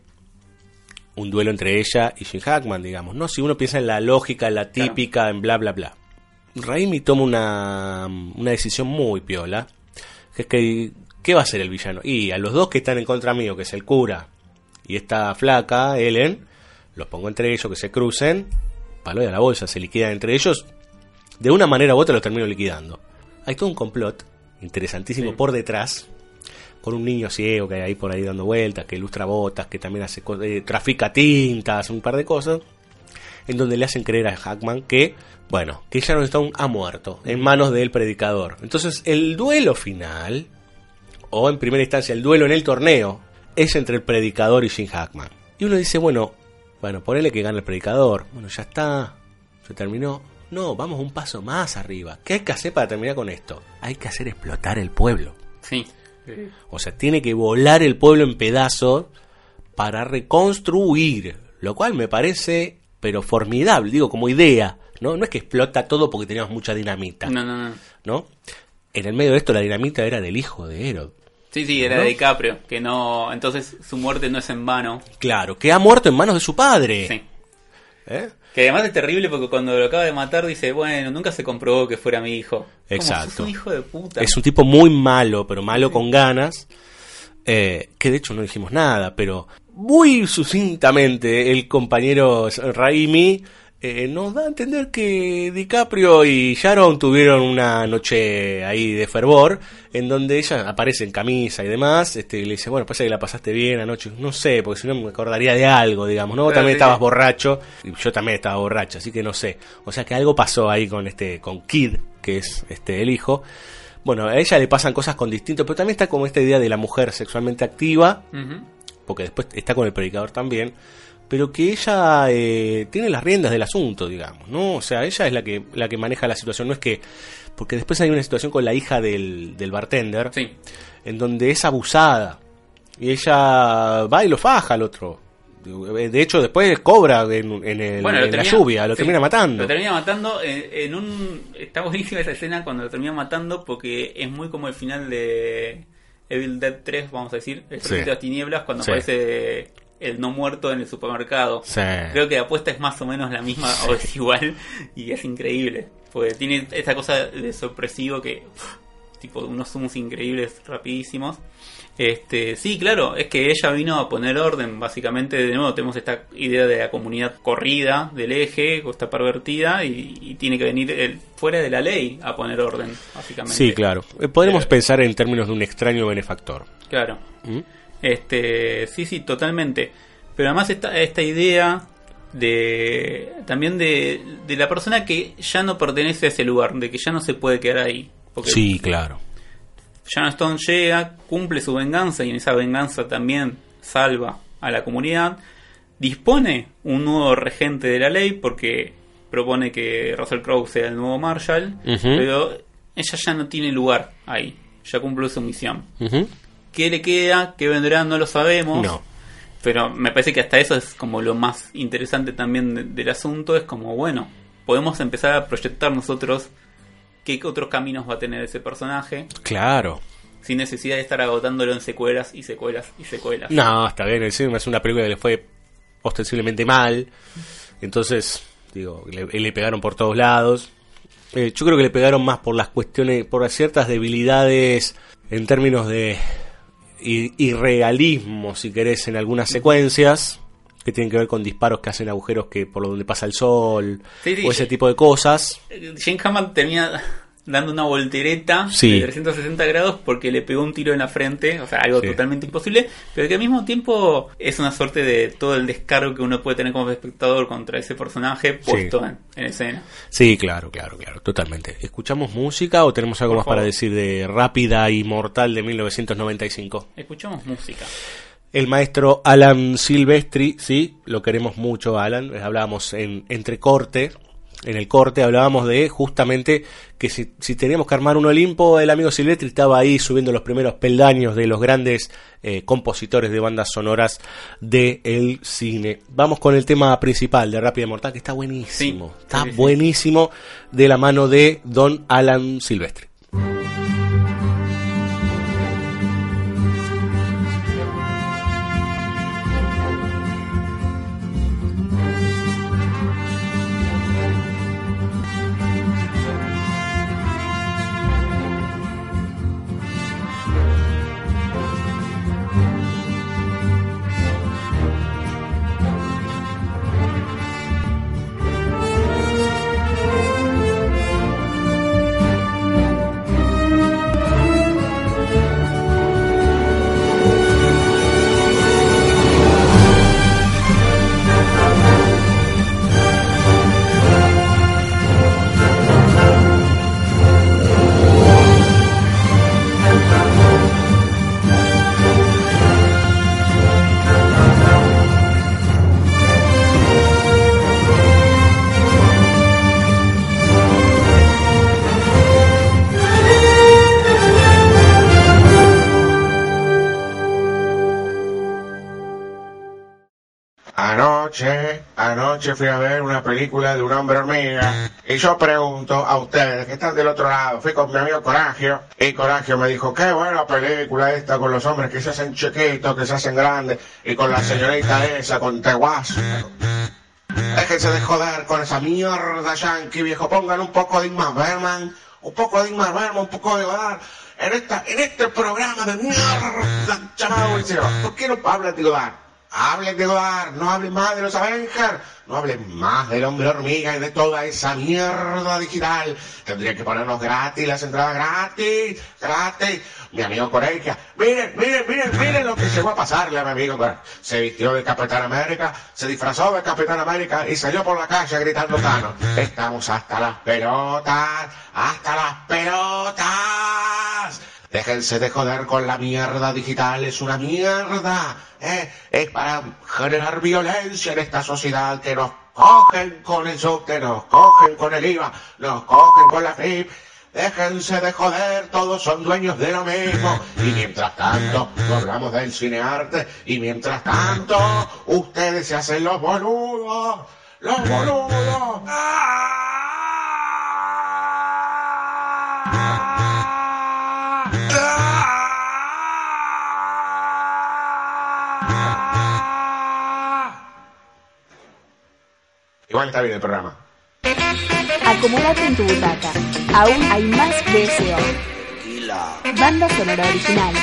un duelo entre ella y Gene Hackman, digamos, ¿no? Si uno piensa en la lógica, en la típica, claro, en bla, bla, bla. Raimi toma una decisión muy piola, que es que ¿qué va a hacer el villano? Y a los dos que están en contra mío, que es el cura y esta flaca, Ellen, los pongo entre ellos, que se crucen, palo de la bolsa, se liquidan entre ellos, de una manera u otra los termino liquidando. Hay todo un complot interesantísimo, sí, por detrás, con un niño ciego que hay ahí por ahí dando vueltas, que ilustra botas, que también hace trafica tintas, un par de cosas, en donde le hacen creer a Hackman que, bueno, que Sharon Stone ha muerto en manos del predicador. Entonces el duelo final, o en primera instancia el duelo en el torneo, es entre el predicador y Gene Hackman. Y uno dice, bueno, Bueno, ponele que gana el predicador. Bueno, ya está. Se terminó. No, vamos un paso más arriba. ¿Qué hay que hacer para terminar con esto? Hay que hacer explotar el pueblo. Sí. O sea, tiene que volar el pueblo en pedazos para reconstruir. Lo cual me parece, pero formidable, digo, como idea. No es que explota todo porque teníamos mucha dinamita. No. En el medio de esto la dinamita era del hijo de Herod. Sí, era de DiCaprio, que no, entonces su muerte no es en vano. Claro, que ha muerto en manos de su padre. Sí. Que además es terrible porque cuando lo acaba de matar dice, bueno, nunca se comprobó que fuera mi hijo. Exacto. Es un hijo de puta. Es un tipo muy malo, pero malo con ganas. Que de hecho no dijimos nada, pero muy sucintamente el compañero Raimi nos da a entender que DiCaprio y Sharon tuvieron una noche ahí de fervor, en donde ella aparece en camisa y demás, le dice, bueno, pasa que la pasaste bien anoche, no sé, porque si no me acordaría de algo, digamos, ¿no? Vos también estabas borracho, y yo también estaba borracho, así que no sé. O sea que algo pasó ahí con Kid, que es el hijo. Bueno, a ella le pasan cosas con distintos, pero también está como esta idea de la mujer sexualmente activa, porque después está con el predicador también, pero que ella tiene las riendas del asunto, digamos, ¿no? O sea, ella es la que maneja la situación, no es que... Porque después hay una situación con la hija del bartender, sí, en donde es abusada, y ella va y lo faja al otro. De hecho, después cobra en la lluvia, lo termina matando. Lo termina matando Está buenísima esa escena cuando lo termina matando, porque es muy como el final de Evil Dead 3, vamos a decir, el Ejército de las Tinieblas, cuando aparece el no muerto en el supermercado. Sí. Creo que la apuesta es más o menos la misma o es igual, y es increíble, porque tiene esta cosa de sorpresivo que tipo unos zooms increíbles rapidísimos. Sí, claro, es que ella vino a poner orden, básicamente. De nuevo tenemos esta idea de la comunidad corrida del eje, o está pervertida, y tiene que venir fuera de la ley a poner orden, básicamente. Sí, claro, podremos pensar en términos de un extraño benefactor. Claro. Sí, totalmente. Pero además esta idea también de la persona que ya no pertenece a ese lugar, de que ya no se puede quedar ahí. Porque sí, claro. Jon Stone llega, cumple su venganza, y en esa venganza también salva a la comunidad. Dispone un nuevo regente de la ley, porque propone que Russell Crowe sea el nuevo Marshall, pero ella ya no tiene lugar ahí, ya cumplió su misión. ¿Qué le queda? ¿Qué vendrá? No lo sabemos. No. Pero me parece que hasta eso es como lo más interesante también del asunto. Es como, bueno, podemos empezar a proyectar nosotros qué otros caminos va a tener ese personaje. Claro. Sin necesidad de estar agotándolo en secuelas y secuelas y secuelas. No, está bien. Es una película que le fue ostensiblemente mal. Entonces, digo, le pegaron por todos lados. Yo creo que le pegaron más por las cuestiones, por ciertas debilidades en términos de irrealismo, si querés, en algunas secuencias que tienen que ver con disparos que hacen agujeros que por donde pasa el sol, o ese tipo de cosas. Jane Hammond termina dando una voltereta de 360 grados porque le pegó un tiro en la frente, o sea, algo totalmente imposible, pero que al mismo tiempo es una suerte de todo el descaro que uno puede tener como espectador contra ese personaje puesto en escena. Sí, claro, totalmente. ¿Escuchamos música o tenemos algo más para decir de Rápida y Mortal de 1995? Escuchamos música. El maestro Alan Silvestri, sí, lo queremos mucho, Alan. Hablábamos en el corte hablábamos de justamente que si teníamos que armar un Olimpo, el amigo Silvestri estaba ahí subiendo los primeros peldaños de los grandes compositores de bandas sonoras del cine. Vamos con el tema principal de Rápida y Mortal, que está buenísimo. Buenísimo, de la mano de don Alan Silvestri. Anoche fui a ver una película de un hombre hormiga y yo pregunto a ustedes que están del otro lado, fui con mi amigo Coragio y Coragio me dijo, qué buena película esta con los hombres que se hacen chiquitos, que se hacen grandes y con la señorita esa, con Teguas. Déjense de joder con esa mierda yankee, viejo, pongan un poco de Ingmar Bergman, un poco de Godard. En este programa de mierda llamado Bolsero, ¿por qué no hablan de Godard? Hablen de Godard, no hablen más de los Avengers, no hablen más del hombre hormiga y de toda esa mierda digital. Tendrían que ponernos gratis, las entradas gratis. Mi amigo Coreia, miren lo que llegó a pasarle a mi amigo Coreia. Se vistió de Capitán América, se disfrazó de Capitán América y salió por la calle gritando Thanos. Estamos hasta las pelotas. Déjense de joder con la mierda digital, es una mierda, es para generar violencia en esta sociedad, que nos cogen con el subte, nos cogen con el IVA, nos cogen con la FIP. Déjense de joder, todos son dueños de lo mismo. Y mientras tanto, no hablamos del cinearte, y mientras tanto, ustedes se hacen los boludos. Igual está bien el programa. Acomódate en tu butaca. Aún hay más BSO. Banda sonora original.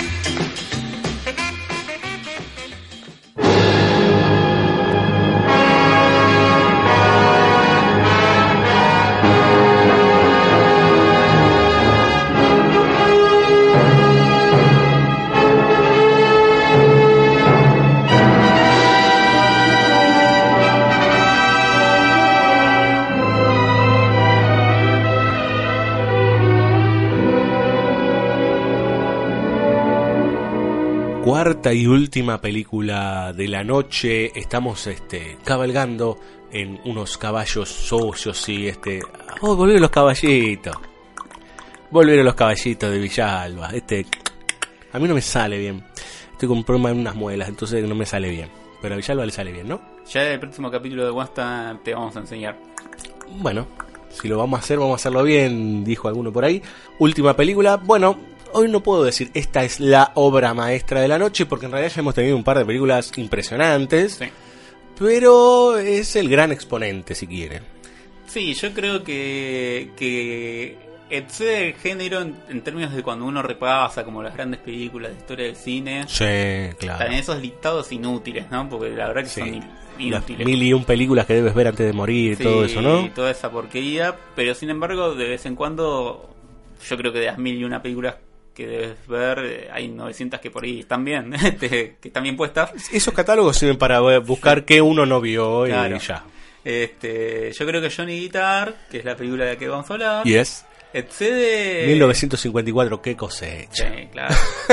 Cuarta y última película de la noche. Estamos cabalgando en unos caballos socios y volvieron los caballitos. Volvieron los caballitos de Villalba. A mí no me sale bien. Estoy con un problema en unas muelas, entonces no me sale bien. Pero a Villalba le sale bien, ¿no? Ya en el próximo capítulo de Wasta te vamos a enseñar. Bueno, si lo vamos a hacer, vamos a hacerlo bien, dijo alguno por ahí. Última película, bueno, hoy no puedo decir esta es la obra maestra de la noche, porque en realidad ya hemos tenido un par de películas impresionantes, sí. Pero es el gran exponente, si quiere. Sí, yo creo que excede el género en términos de cuando uno repasa como las grandes películas de historia del cine. Sí, claro. Están esos listados inútiles, ¿no? Porque la verdad que sí. Son inútiles. 1001 películas que debes ver antes de morir, sí, todo eso, ¿no? Y toda esa porquería, pero sin embargo, de vez en cuando, yo creo que de las 1001 películas que debes ver, hay 900 que por ahí están bien, que están bien puestas. Esos catálogos sirven para buscar qué uno no vio, claro. Y ya. Yo creo que Johnny Guitar, que es la película de la que vamos a hablar, yes. Excede 1954, qué cosecha. Sí, claro.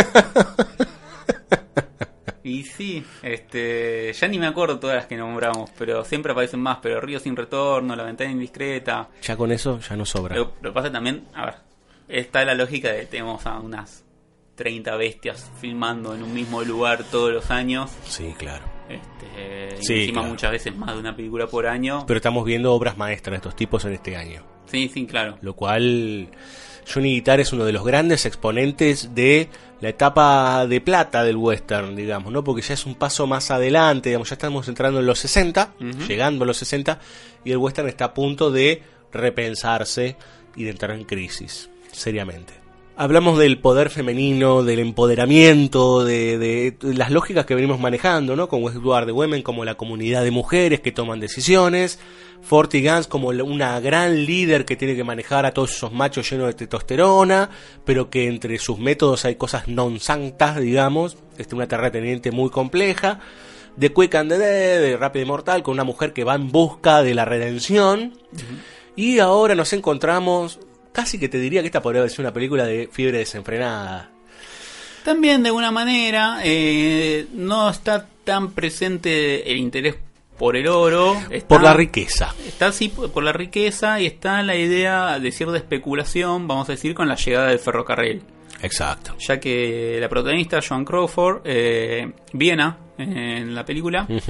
Y sí, ya ni me acuerdo todas las que nombramos, pero siempre aparecen más, pero Río sin retorno, La ventana indiscreta. Ya con eso ya no sobra. Lo que pasa también, a ver, está la lógica de tenemos a unas 30 bestias filmando en un mismo lugar todos los años. Sí, claro. Sí, encima claro. Muchas veces más de una película por año. Pero estamos viendo obras maestras de estos tipos en este año. Sí, sí, claro. Lo cual, Johnny Guitar es uno de los grandes exponentes de la etapa de plata del western, digamos, ¿no? Porque ya es un paso más adelante, digamos, ya estamos entrando en los 60, llegando a los 60, y el western está a punto de repensarse y de entrar en crisis, seriamente. Hablamos del poder femenino, del empoderamiento, de las lógicas que venimos manejando, ¿no? Con Edward de Women como la comunidad de mujeres que toman decisiones, Forty Guns como una gran líder que tiene que manejar a todos esos machos llenos de testosterona, pero que entre sus métodos hay cosas non sanctas, digamos, una terrateniente muy compleja, The Quick and the Dead, de Rápido y Mortal, con una mujer que va en busca de la redención, y ahora nos encontramos... Casi que te diría que esta podría ser una película de fiebre desenfrenada. También de alguna manera no está tan presente el interés por el oro. Por la riqueza. Está sí por la riqueza y está la idea de cierta especulación, vamos a decir, con la llegada del ferrocarril. Exacto. Ya que la protagonista, Joan Crawford, Viena, en la película,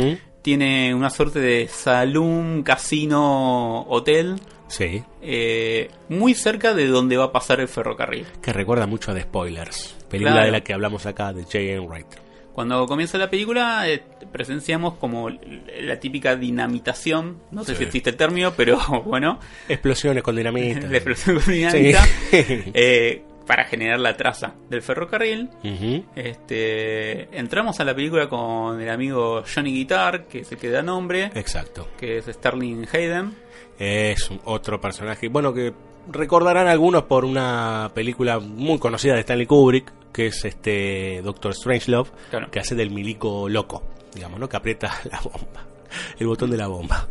tiene una suerte de saloon, casino, hotel. Sí. Muy cerca de donde va a pasar el ferrocarril. Que recuerda mucho a The Spoilers, película Claro. de la que hablamos acá, de J.M. Wright. Cuando comienza la película presenciamos como la típica dinamitación. No sé Sí. si existe el término, pero bueno. Explosiones con dinamita. La explosión con dinamita. Sí. Para generar la traza del ferrocarril. Ujú. Entramos a la película con el amigo Johnny Guitar, que es el que da nombre, Exacto. que es Sterling Hayden. Es otro personaje, bueno, que recordarán algunos por una película muy conocida de Stanley Kubrick, que es Doctor Strangelove, Claro. que hace del milico loco, digamos, ¿no? Que aprieta la bomba, el botón de la bomba.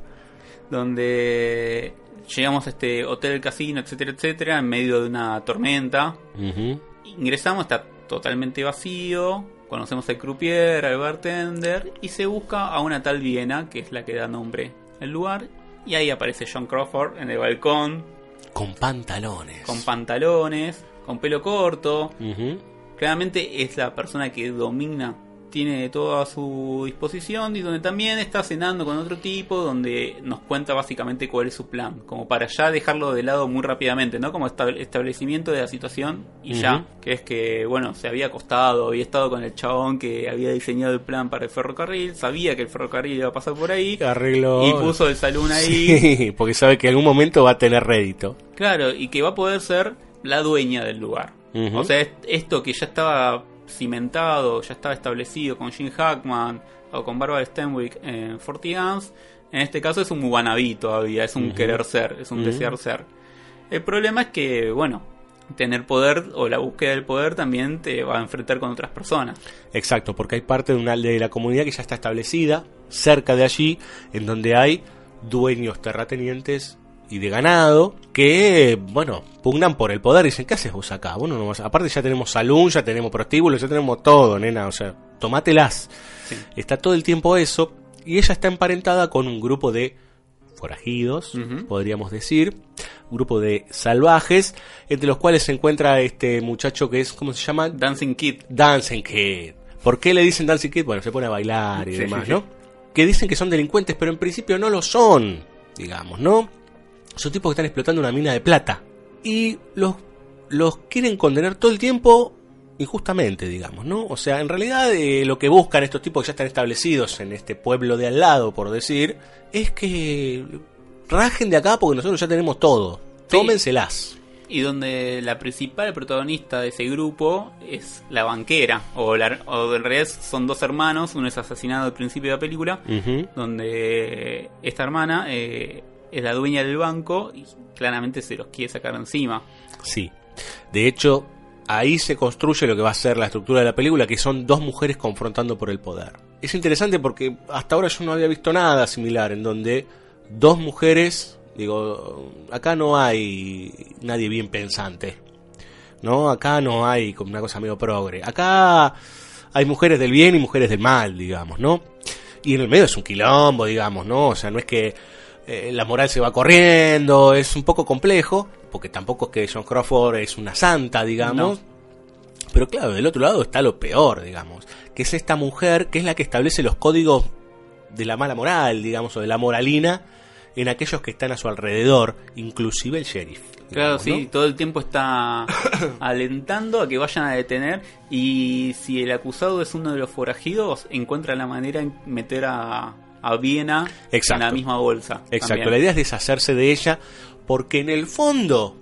Donde llegamos a este hotel, casino, etcétera, etcétera, en medio de una tormenta. Ujú. Ingresamos, está totalmente vacío. Conocemos al croupier, al bartender, y se busca a una tal Viena, que es la que da nombre al lugar. Y ahí aparece John Crawford en el balcón, Con pantalones. con pantalones, con pelo corto. Ujú. Claramente es la persona que domina, tiene todo a su disposición, y donde también está cenando con otro tipo, donde nos cuenta básicamente cuál es su plan, como para ya dejarlo de lado muy rápidamente, ¿no? Como establecimiento de la situación y Ujú. ya, que es que, bueno, se había acostado, había estado con el chabón que había diseñado el plan para el ferrocarril, sabía que el ferrocarril iba a pasar por ahí, Arregló. y puso el salón ahí. Sí, porque sabe que en algún momento va a tener rédito. Claro, y que va a poder ser la dueña del lugar. Ujú. O sea, esto que ya estaba cimentado, ya estaba establecido con Gene Hackman o con Barbara Stanwyck en 40 Guns, en este caso es un wannabe todavía, es un Ujú. querer ser, es un Ujú. desear ser. El problema es que, bueno, tener poder o la búsqueda del poder también te va a enfrentar con otras personas. Exacto, porque hay parte de la comunidad que ya está establecida, cerca de allí, en donde hay dueños terratenientes y de ganado que, bueno, pugnan por el poder. Dicen, ¿qué haces vos acá? Bueno, no vas... Aparte ya tenemos salón, ya tenemos prostíbulos, ya tenemos todo, nena, o sea, tomátelas. Sí. Está todo el tiempo eso, y ella está emparentada con un grupo de forajidos, Ujú. podríamos decir, un grupo de salvajes, entre los cuales se encuentra este muchacho que es, ¿cómo se llama? Dancing Kid. Dancing Kid. ¿Por qué le dicen Dancing Kid? Bueno, se pone a bailar y Sí, demás, sí, sí. ¿no? Que dicen que son delincuentes, pero en principio no lo son, digamos, ¿no? Son tipos que están explotando una mina de plata. Y los quieren condenar todo el tiempo injustamente, digamos, ¿no? O sea, en realidad lo que buscan estos tipos que ya están establecidos en este pueblo de al lado, por decir, es que rajen de acá porque nosotros ya tenemos todo. Sí. Tómenselas. Y donde la principal protagonista de ese grupo es la banquera, o en realidad son dos hermanos, uno es asesinado al principio de la película, Ujú. donde esta hermana es la dueña del banco y claramente se los quiere sacar encima. Sí. De hecho, ahí se construye lo que va a ser la estructura de la película, que son dos mujeres confrontando por el poder. Es interesante porque hasta ahora yo no había visto nada similar en donde dos mujeres, digo, acá no hay nadie bien pensante, ¿no? Acá no hay como una cosa medio progre. Acá hay mujeres del bien y mujeres del mal, digamos, ¿no? Y en el medio es un quilombo, digamos, ¿no? O sea, no es que la moral se va corriendo, es un poco complejo, porque tampoco es que John Crawford es una santa, digamos. No. Pero claro, del otro lado está lo peor, digamos, que es esta mujer que es la que establece los códigos de la mala moral, digamos, o de la moralina en aquellos que están a su alrededor, inclusive el sheriff. Claro, digamos, sí, ¿no? todo el tiempo está alentando a que vayan a detener, y si el acusado es uno de los forajidos, encuentra la manera en meter a Viena Exacto. en la misma bolsa. Exacto, también. la idea es deshacerse de ella, porque en el fondo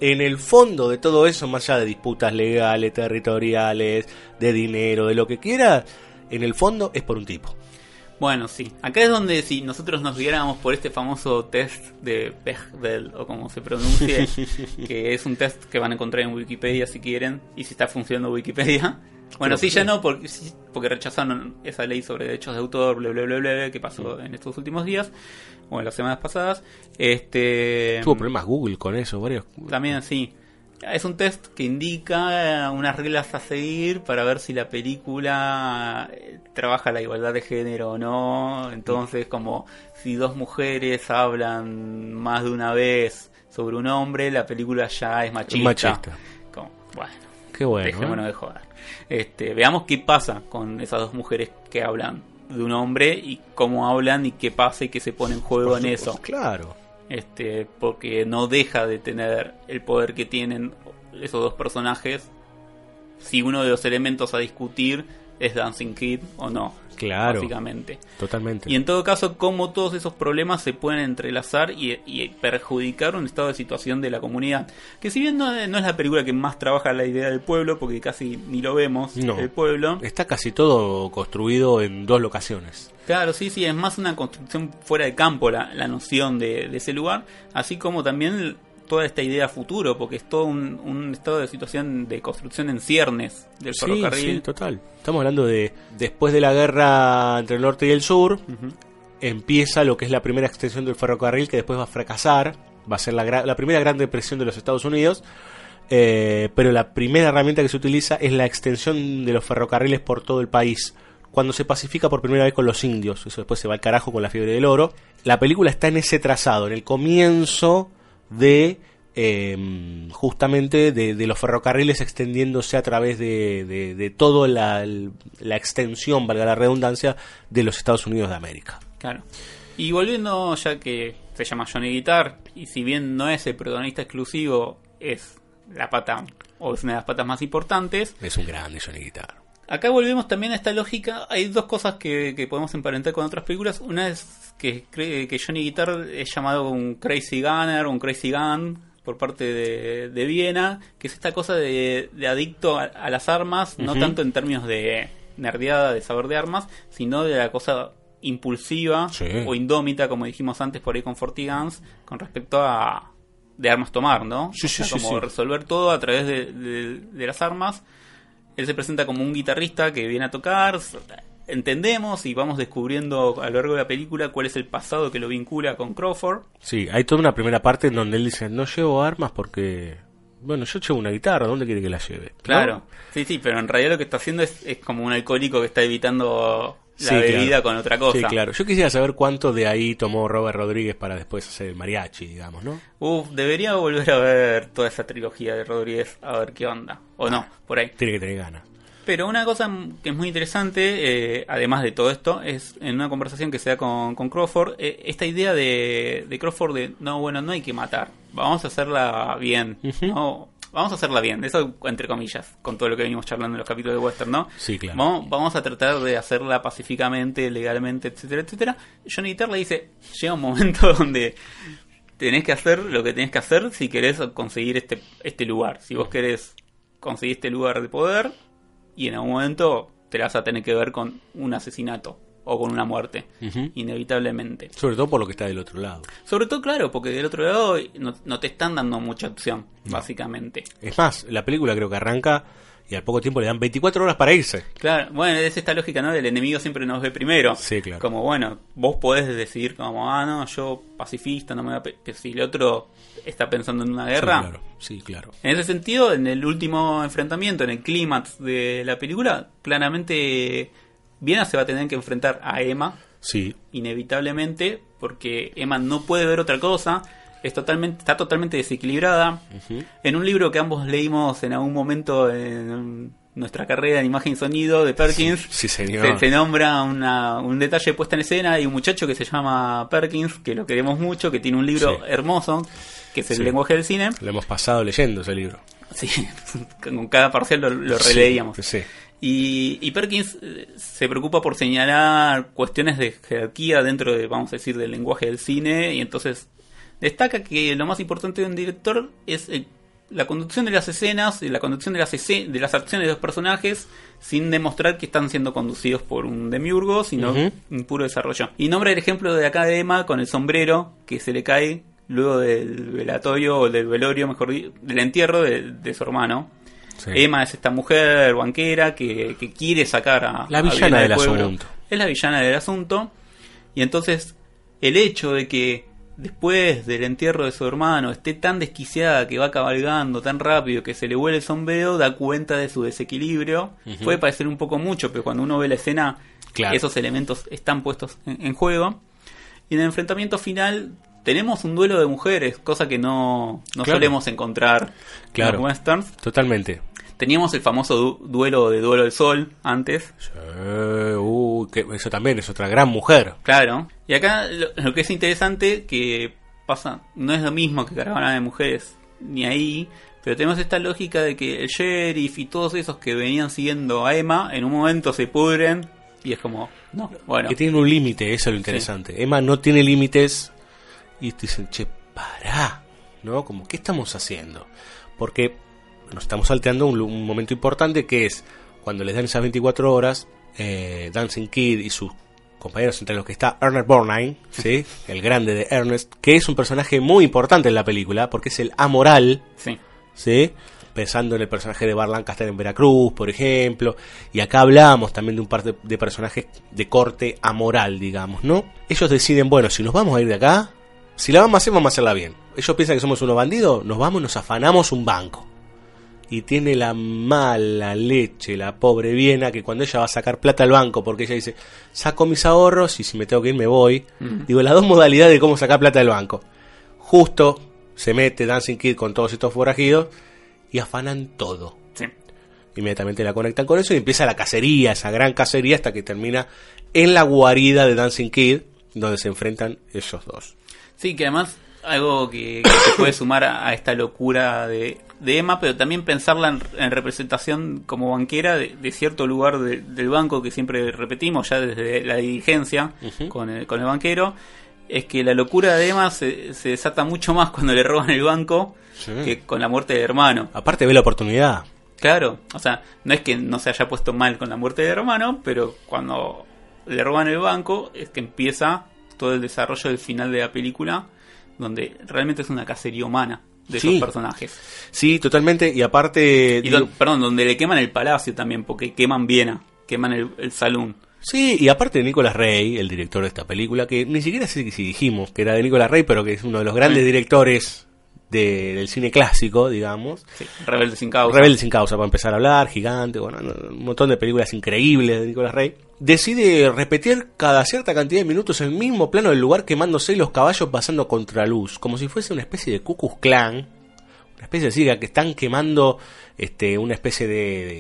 de todo eso, más allá de disputas legales, territoriales, de dinero, de lo que quiera, en el fondo es por un tipo. Bueno, sí. Acá es donde si nosotros nos guiáramos por este famoso test de Bechdel, o como se pronuncie, que es un test que van a encontrar en Wikipedia si quieren, y si está funcionando Wikipedia. Bueno, Creo sí, que ya sí. no, porque rechazaron esa ley sobre derechos de autor, bla, bla, bla, bla, que pasó en estos últimos días, o en las semanas pasadas. Tuvo problemas Google con eso, varios. También sí. Es un test que indica unas reglas a seguir para ver si la película trabaja la igualdad de género o no. Entonces, como si dos mujeres hablan más de una vez sobre un hombre, la película ya es machista. Machista. Como, bueno, Qué bueno. dejémonos de joder. Veamos qué pasa con esas dos mujeres que hablan de un hombre y cómo hablan y qué pasa y qué se pone en juego en eso. Claro. Porque no deja de tener el poder que tienen esos dos personajes si uno de los elementos a discutir es Dancing Kid o no. Claro. Básicamente. Totalmente. Y en todo caso, cómo todos esos problemas se pueden entrelazar y perjudicar un estado de situación de la comunidad. Que si bien no es la película que más trabaja la idea del pueblo, porque casi ni lo vemos, el pueblo. Está casi todo construido en 2 locaciones. Claro, sí, es más una construcción fuera de campo la noción de ese lugar, así como también toda esta idea futuro, porque es todo un estado de situación de construcción en ciernes del ferrocarril. Sí, total. Estamos hablando de después de la guerra entre el norte y el sur, empieza lo que es la primera extensión del ferrocarril, que después va a fracasar, va a ser la primera gran depresión de los Estados Unidos, pero la primera herramienta que se utiliza es la extensión de los ferrocarriles por todo el país. Cuando se pacifica por primera vez con los indios, eso después se va al carajo con la fiebre del oro. La película está en ese trazado, en el comienzo de justamente de los ferrocarriles extendiéndose a través de toda la extensión, valga la redundancia, de los Estados Unidos de América. Claro. Y volviendo, ya que se llama Johnny Guitar, y si bien no es el protagonista exclusivo, es la pata, o es una de las patas más importantes. Es un grande Johnny Guitar. Acá volvemos también a esta lógica. Hay 2 cosas que podemos emparentar con otras películas. Una es que cree que Johnny Guitar es llamado un Crazy Gunner, un Crazy Gun por parte de Viena, que es esta cosa de adicto a las armas, no tanto en términos de nerdeada, de saber de armas, sino de la cosa impulsiva o indómita, como dijimos antes por ahí con 40 Guns, con respecto a de armas tomar, ¿no? Como resolver todo a través de las armas. Él se presenta como un guitarrista que viene a tocar, entendemos y vamos descubriendo a lo largo de la película cuál es el pasado que lo vincula con Crawford. Sí, hay toda una primera parte en donde él dice, no llevo armas porque, bueno, yo llevo una guitarra, ¿dónde quiere que la lleve? Claro, ¿no? Sí, pero en realidad lo que está haciendo es como un alcohólico que está evitando la bebida con otra cosa. Sí, claro. Yo quisiera saber cuánto de ahí tomó Robert Rodríguez para después hacer el mariachi, digamos, ¿no? Debería volver a ver toda esa trilogía de Rodríguez a ver qué onda. O no, por ahí. Tiene que tener ganas. Pero una cosa que es muy interesante, además de todo esto, es en una conversación que se da con Crawford, esta idea de Crawford de, no hay que matar, vamos a hacerla bien, ¿no? Vamos a hacerla bien, eso entre comillas, con todo lo que venimos charlando en los capítulos de Western, ¿no? Sí, claro. Vamos a tratar de hacerla pacíficamente, legalmente, etcétera, etcétera. Johnny Guitar le dice, llega un momento donde tenés que hacer lo que tenés que hacer si querés conseguir este lugar. Si vos querés conseguir este lugar de poder, y en algún momento te la vas a tener que ver con un asesinato o con una muerte, inevitablemente. Sobre todo por lo que está del otro lado. Sobre todo, claro, porque del otro lado no te están dando mucha opción, básicamente. Es más, la película creo que arranca y al poco tiempo le dan 24 horas para irse. Claro, bueno, es esta lógica, ¿no? El enemigo siempre nos ve primero. Sí, claro. Como, bueno, vos podés decidir como, no, yo pacifista, no me va que si el otro está pensando en una guerra. Sí, claro. En ese sentido, en el último enfrentamiento, en el clímax de la película, claramente Viena se va a tener que enfrentar a Emma. Sí. Inevitablemente, porque Emma no puede ver otra cosa. Está totalmente desequilibrada. En un libro que ambos leímos en algún momento en nuestra carrera en imagen y sonido de Perkins, sí, señor. Se nombra un detalle puesta en escena. Hay un muchacho que se llama Perkins, que lo queremos mucho, que tiene un libro hermoso, que es el lenguaje del cine. Lo hemos pasado leyendo ese libro. Sí, con cada parcial lo releíamos. Sí. Y Perkins se preocupa por señalar cuestiones de jerarquía dentro de, vamos a decir, del lenguaje del cine, y entonces destaca que lo más importante de un director es la conducción de las escenas, la conducción de las acciones de los personajes, sin demostrar que están siendo conducidos por un demiurgo, sino un puro desarrollo. Y nombra el ejemplo de acá de Emma con el sombrero que se le cae luego del velatorio, o del velorio, mejor dicho, del entierro de su hermano. Sí. Emma es esta mujer banquera que quiere sacar a la villana del asunto. Es la villana del asunto. Y entonces el hecho de que después del entierro de su hermano esté tan desquiciada, que va cabalgando tan rápido, que se le huele el sombrero, da cuenta de su desequilibrio. Puede parecer un poco mucho, pero cuando uno ve la escena, esos elementos están puestos en juego. Y en el enfrentamiento final tenemos un duelo de mujeres, cosa que no solemos encontrar en los westerns. Totalmente. Teníamos el famoso duelo del sol antes. Que eso también es otra gran mujer. Claro. Y acá lo que es interesante que pasa, no es lo mismo que Caravana de Mujeres ni ahí, pero tenemos esta lógica de que el sheriff y todos esos que venían siguiendo a Emma en un momento se pudren y es como, no, bueno. Que tienen un límite, eso es lo interesante. Sí. Emma no tiene límites y te dicen, che, pará, ¿no? Como, ¿qué estamos haciendo? Porque nos estamos salteando un momento importante que es cuando les dan esas 24 horas, Dancing Kid y sus compañeros, entre los que está Ernest Borgnine, ¿sí? El grande de Ernest, que es un personaje muy importante en la película porque es el amoral, ¿sí? Pensando en el personaje de Burt Lancaster en Veracruz, por ejemplo, y acá hablamos también de un par de personajes de corte amoral, digamos, ¿no? Ellos deciden, bueno, si nos vamos a ir de acá, si la vamos a hacerla bien. Ellos piensan que somos unos bandidos, nos vamos y nos afanamos un banco. Y tiene la mala leche la pobre Viena que cuando ella va a sacar plata al banco, porque ella dice, saco mis ahorros y si me tengo que ir me voy. Digo, las dos modalidades de cómo sacar plata del banco. Justo se mete Dancing Kid con todos estos forajidos y afanan todo. Sí. Inmediatamente la conectan con eso y empieza la cacería, esa gran cacería hasta que termina en la guarida de Dancing Kid, donde se enfrentan ellos dos. Sí, que además algo que se puede sumar a esta locura de Emma, pero también pensarla en representación como banquera de cierto lugar del banco que siempre repetimos ya desde la dirigencia con el banquero, es que la locura de Emma se desata mucho más cuando le roban el banco que con la muerte del hermano. Aparte ve la oportunidad. Claro, o sea, no es que no se haya puesto mal con la muerte del hermano, pero cuando le roban el banco es que empieza todo el desarrollo del final de la película, donde realmente es una cacería humana de esos personajes. Sí, totalmente, y aparte... donde le queman el palacio también, porque queman Viena, queman el salón. Sí, y aparte de Nicolas Ray, el director de esta película, que ni siquiera sé si dijimos que era de Nicolas Ray, pero que es uno de los grandes directores del cine clásico, digamos. Sí, Rebelde sin causa. Rebelde sin causa, para empezar a hablar, Gigante, bueno, un montón de películas increíbles de Nicolas Ray. Decide repetir cada cierta cantidad de minutos el mismo plano del lugar quemándose y los caballos pasando contraluz, como si fuese una especie de Ku Klux Klan, una especie así que están quemando una especie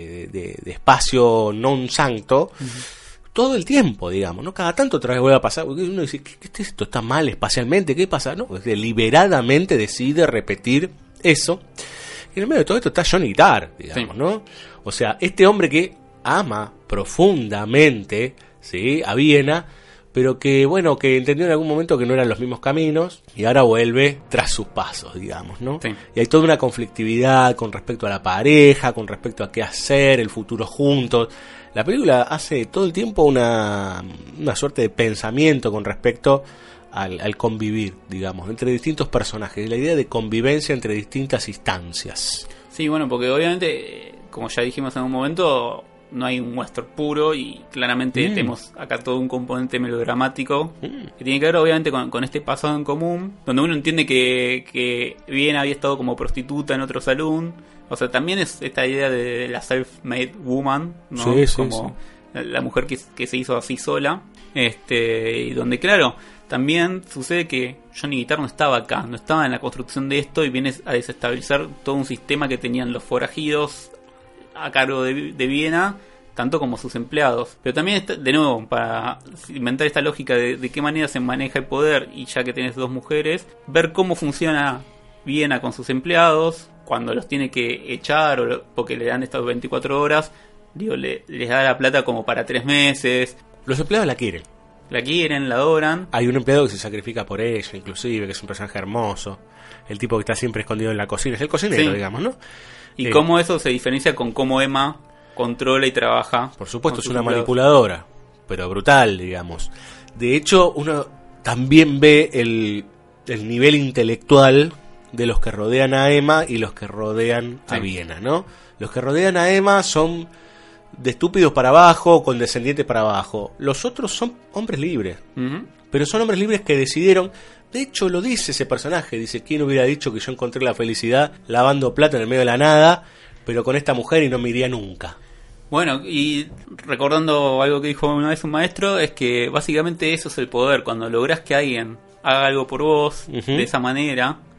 de espacio non santo. Todo el tiempo, digamos, ¿no? Cada tanto otra vez vuelve a pasar. Uno dice, ¿qué es esto? ¿Está mal espacialmente? ¿Qué pasa? No, pues deliberadamente decide repetir eso. Y en el medio de todo esto está Johnny Guitar, digamos, ¿no? O sea, este hombre que ama profundamente, ¿sí? A Viena, pero que, bueno, que entendió en algún momento que no eran los mismos caminos y ahora vuelve tras sus pasos, digamos, ¿no? Sí. Y hay toda una conflictividad con respecto a la pareja, con respecto a qué hacer, el futuro juntos. La película hace todo el tiempo una suerte de pensamiento con respecto al convivir, digamos, entre distintos personajes, la idea de convivencia entre distintas instancias. Sí, bueno, porque obviamente, como ya dijimos en un momento, no hay un western puro y claramente tenemos acá todo un componente melodramático que tiene que ver obviamente con este pasado en común, donde uno entiende que Viena había estado como prostituta en otro salón. O sea, también es esta idea de la self-made woman, ¿no? Como la mujer que se hizo así sola. Y donde, claro, también sucede que Johnny Guitar no estaba acá, no estaba en la construcción de esto y viene a desestabilizar todo un sistema que tenían los forajidos a cargo de Viena, tanto como sus empleados. Pero también, de nuevo, para inventar esta lógica de qué manera se maneja el poder, y ya que tenés dos mujeres, ver cómo funciona Viena con sus empleados, cuando los tiene que echar o porque le dan estas 24 horas, digo, les da la plata como para 3 meses. Los empleados la quieren. La quieren, la adoran. Hay un empleado que se sacrifica por ella, inclusive, que es un personaje hermoso. El tipo que está siempre escondido en la cocina, es el cocinero, digamos, ¿no? Y cómo eso se diferencia con cómo Emma controla y trabaja. Por supuesto, es una manipuladora, pero brutal, digamos. De hecho, uno también ve el nivel intelectual de los que rodean a Emma y los que rodean a Viena, ¿no? Los que rodean a Emma son de estúpidos para abajo, condescendientes para abajo. Los otros son hombres libres, pero son hombres libres que decidieron. De hecho, lo dice ese personaje, dice, ¿quién hubiera dicho que yo encontré la felicidad lavando plata en el medio de la nada, pero con esta mujer y no me iría nunca? Bueno, y recordando algo que dijo una vez un maestro, es que básicamente eso es el poder, cuando lográs que alguien haga algo por vos de esa manera,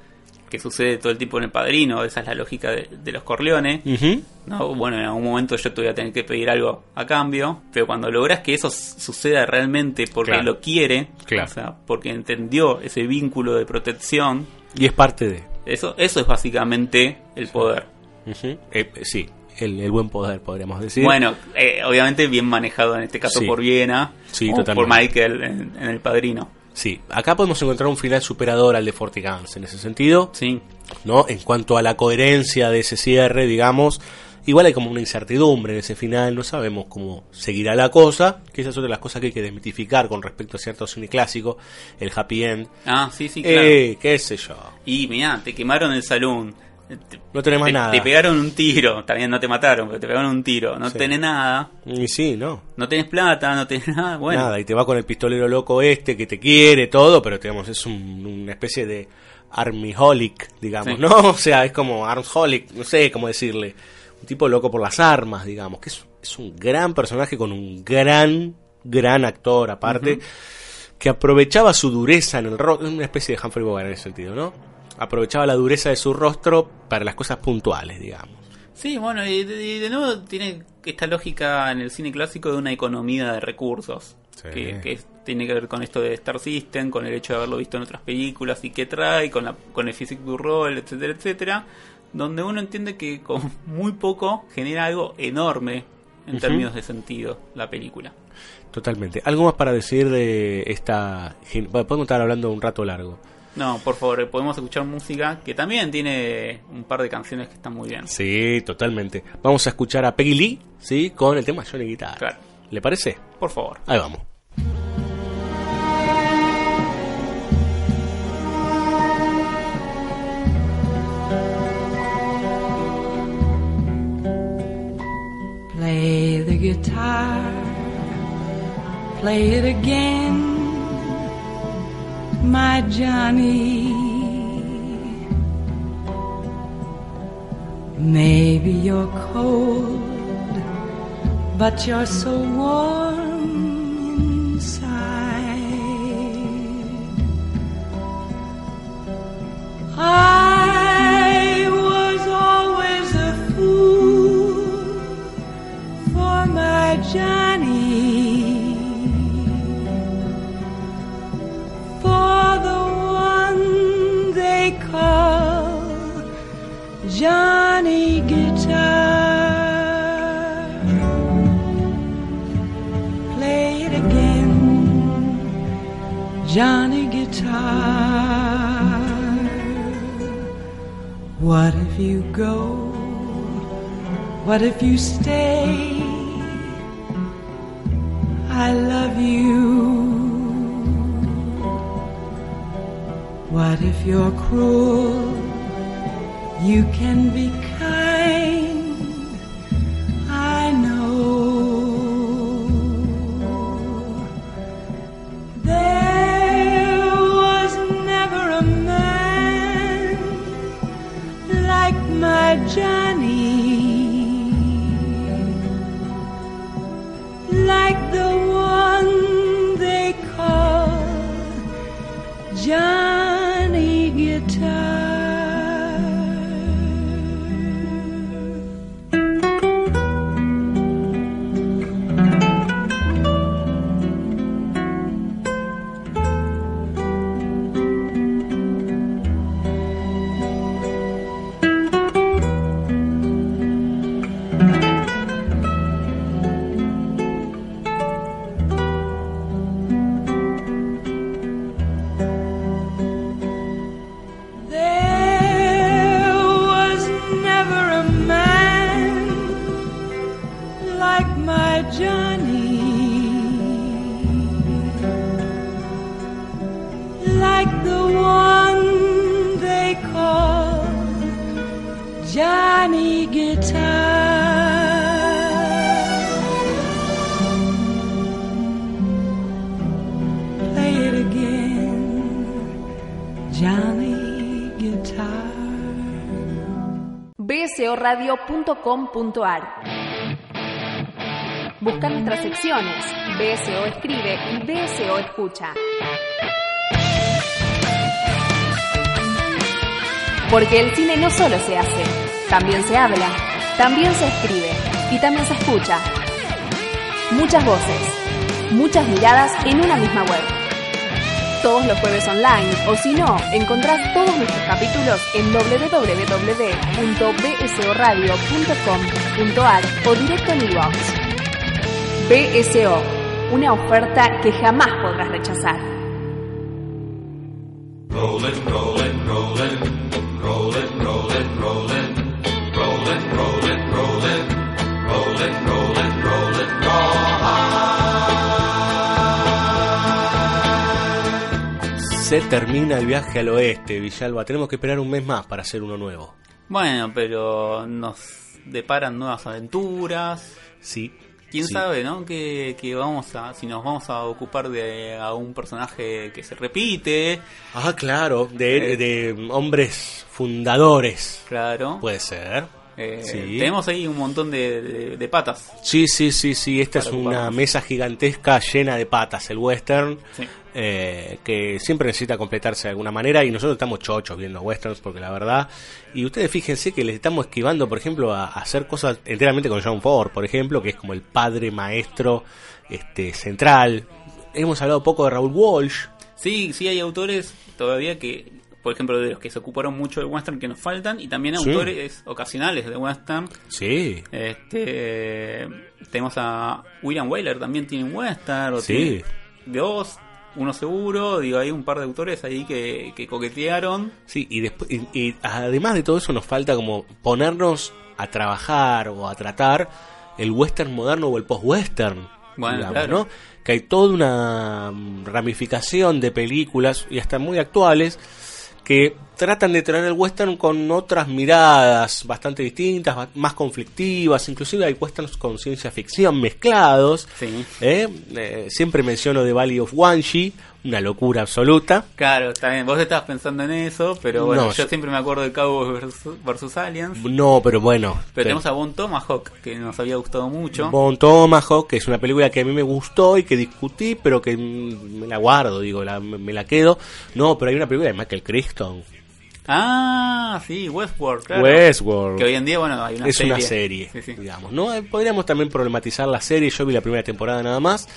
que sucede todo el tiempo en El Padrino. Esa es la lógica de los Corleone. Ujú. ¿No? Bueno, en algún momento yo te voy a tener que pedir algo a cambio, pero cuando logras que eso suceda realmente porque Claro. lo quiere, Claro. o sea, porque entendió ese vínculo de protección, Y es parte de... eso es básicamente el poder. Ujú. Sí, el buen poder, podríamos decir. Bueno, obviamente bien manejado en este caso Sí. por Viena, Sí, o totalmente. por Michael en El Padrino. Sí, acá podemos encontrar un final superador al de Fortigans en ese sentido, Sí. ¿no? En cuanto a la coherencia de ese cierre, digamos, igual hay como una incertidumbre en ese final, no sabemos cómo seguirá la cosa, que esa es otra de las cosas que hay que desmitificar con respecto a cierto cine clásico, el happy end. Ah, sí, sí, claro. Qué sé yo. Y mirá, te quemaron el salón. No tenés más nada. Te pegaron un tiro. También no te mataron, pero te pegaron un tiro. No Sí. tenés nada. Y sí, no. No tenés plata, no tenés nada. Bueno, Nada, y te va con el pistolero loco que te quiere, todo, pero digamos, es una especie de armyholic, digamos, Sí. ¿no? O sea, es como armsholic, no sé cómo decirle. Un tipo loco por las armas, digamos, que es un gran personaje con un gran actor aparte, que aprovechaba su dureza en el rostro, una especie de Humphrey Bogart en ese sentido, ¿no? Aprovechaba la dureza de su rostro para las cosas puntuales, digamos. sí, bueno, y de nuevo tiene esta lógica en el cine clásico de una economía de recursos. Sí. Que tiene que ver con esto de Star System, con el hecho de haberlo visto en otras películas y qué trae, con el physique du role, etcétera, etcétera. Donde uno entiende que con muy poco genera algo enorme en términos de sentido la película. Totalmente. ¿Algo más para decir de esta? Bueno, podemos estar hablando un rato largo. No, por favor, podemos escuchar música que también tiene un par de canciones que están muy bien. Sí, totalmente. Vamos a escuchar a Peggy Lee, ¿sí? Con el tema Johnny Guitar. Claro. ¿Le parece? Por favor. Ahí vamos. Play the guitar, play it again, my Johnny. Maybe you're cold, but you're so warm inside. I was always a fool for my Johnny, for the one they call Johnny Guitar. Play it again, Johnny Guitar. What if you go? What if you stay? I love you. What if you're cruel? You can be kind, I know. There was never a man like my Johnny, like the one they call Johnny Guitar. There was never a man like my Johnny, like the one they call Johnny Guitar. Play it again, Johnny Guitar. bsoradio.com.ar. Busca nuestras secciones, BSO Escribe y BSO Escucha. Porque el cine no solo se hace, también se habla, también se escribe y también se escucha. Muchas voces, muchas miradas en una misma web. Todos los jueves online, o si no, encontrás todos nuestros capítulos en www.bsoradio.com.ar o directo en iVoox. BSO, una oferta que jamás podrás rechazar. Rollin', rollin', rollin', rollin', rollin', rollin', rollin', rollin', rollin', rollin', rollin', rollin', Se termina el viaje al oeste, Villalba. Tenemos que esperar un mes más para hacer uno nuevo. Bueno, pero nos deparan nuevas aventuras. Sí. ¿Quién sí. sabe, no? Que si nos vamos a ocupar de a un personaje que se repite. Ah, claro, de hombres fundadores. Claro. Puede ser. Sí. Tenemos ahí un montón de patas. Sí. Esta es una mesa gigantesca llena de patas, el western. Sí. Que siempre necesita completarse de alguna manera, y nosotros estamos chochos viendo westerns, porque la verdad, y ustedes fíjense que les estamos esquivando, por ejemplo, a hacer cosas enteramente con John Ford, por ejemplo, que es como el padre maestro central. Hemos hablado poco de Raoul Walsh. Sí, hay autores todavía que, por ejemplo, de los que se ocuparon mucho del western, que nos faltan, y también autores ocasionales de western. Sí. Tenemos a William Wyler, también tiene un western. Sí. Dos, uno seguro, hay un par de autores ahí que coquetearon. Sí, y después, y además de todo eso, nos falta como ponernos a trabajar o a tratar el western moderno o el post-western. Bueno, digamos, claro. ¿no? Que hay toda una ramificación de películas, y hasta muy actuales, que tratan de traer el western con otras miradas bastante distintas, más conflictivas. Inclusive hay westerns con ciencia ficción mezclados. Sí. Siempre menciono The Valley of Wanshi, una locura absoluta. Claro, también vos estabas pensando en eso, pero bueno, No, yo siempre me acuerdo de Cowboys versus Aliens. No, pero bueno. Pero tenemos a Bone Tomahawk, que nos había gustado mucho. Bone Tomahawk, que es una película que a mí me gustó y que discutí, pero que me la guardo, me la quedo. No, pero hay una película de Michael Crichton. Ah, sí, Westworld, claro. Westworld. Que hoy en día, bueno, hay una serie. Es una serie, sí. digamos, ¿no? Podríamos también problematizar la serie. Yo vi la primera temporada nada más.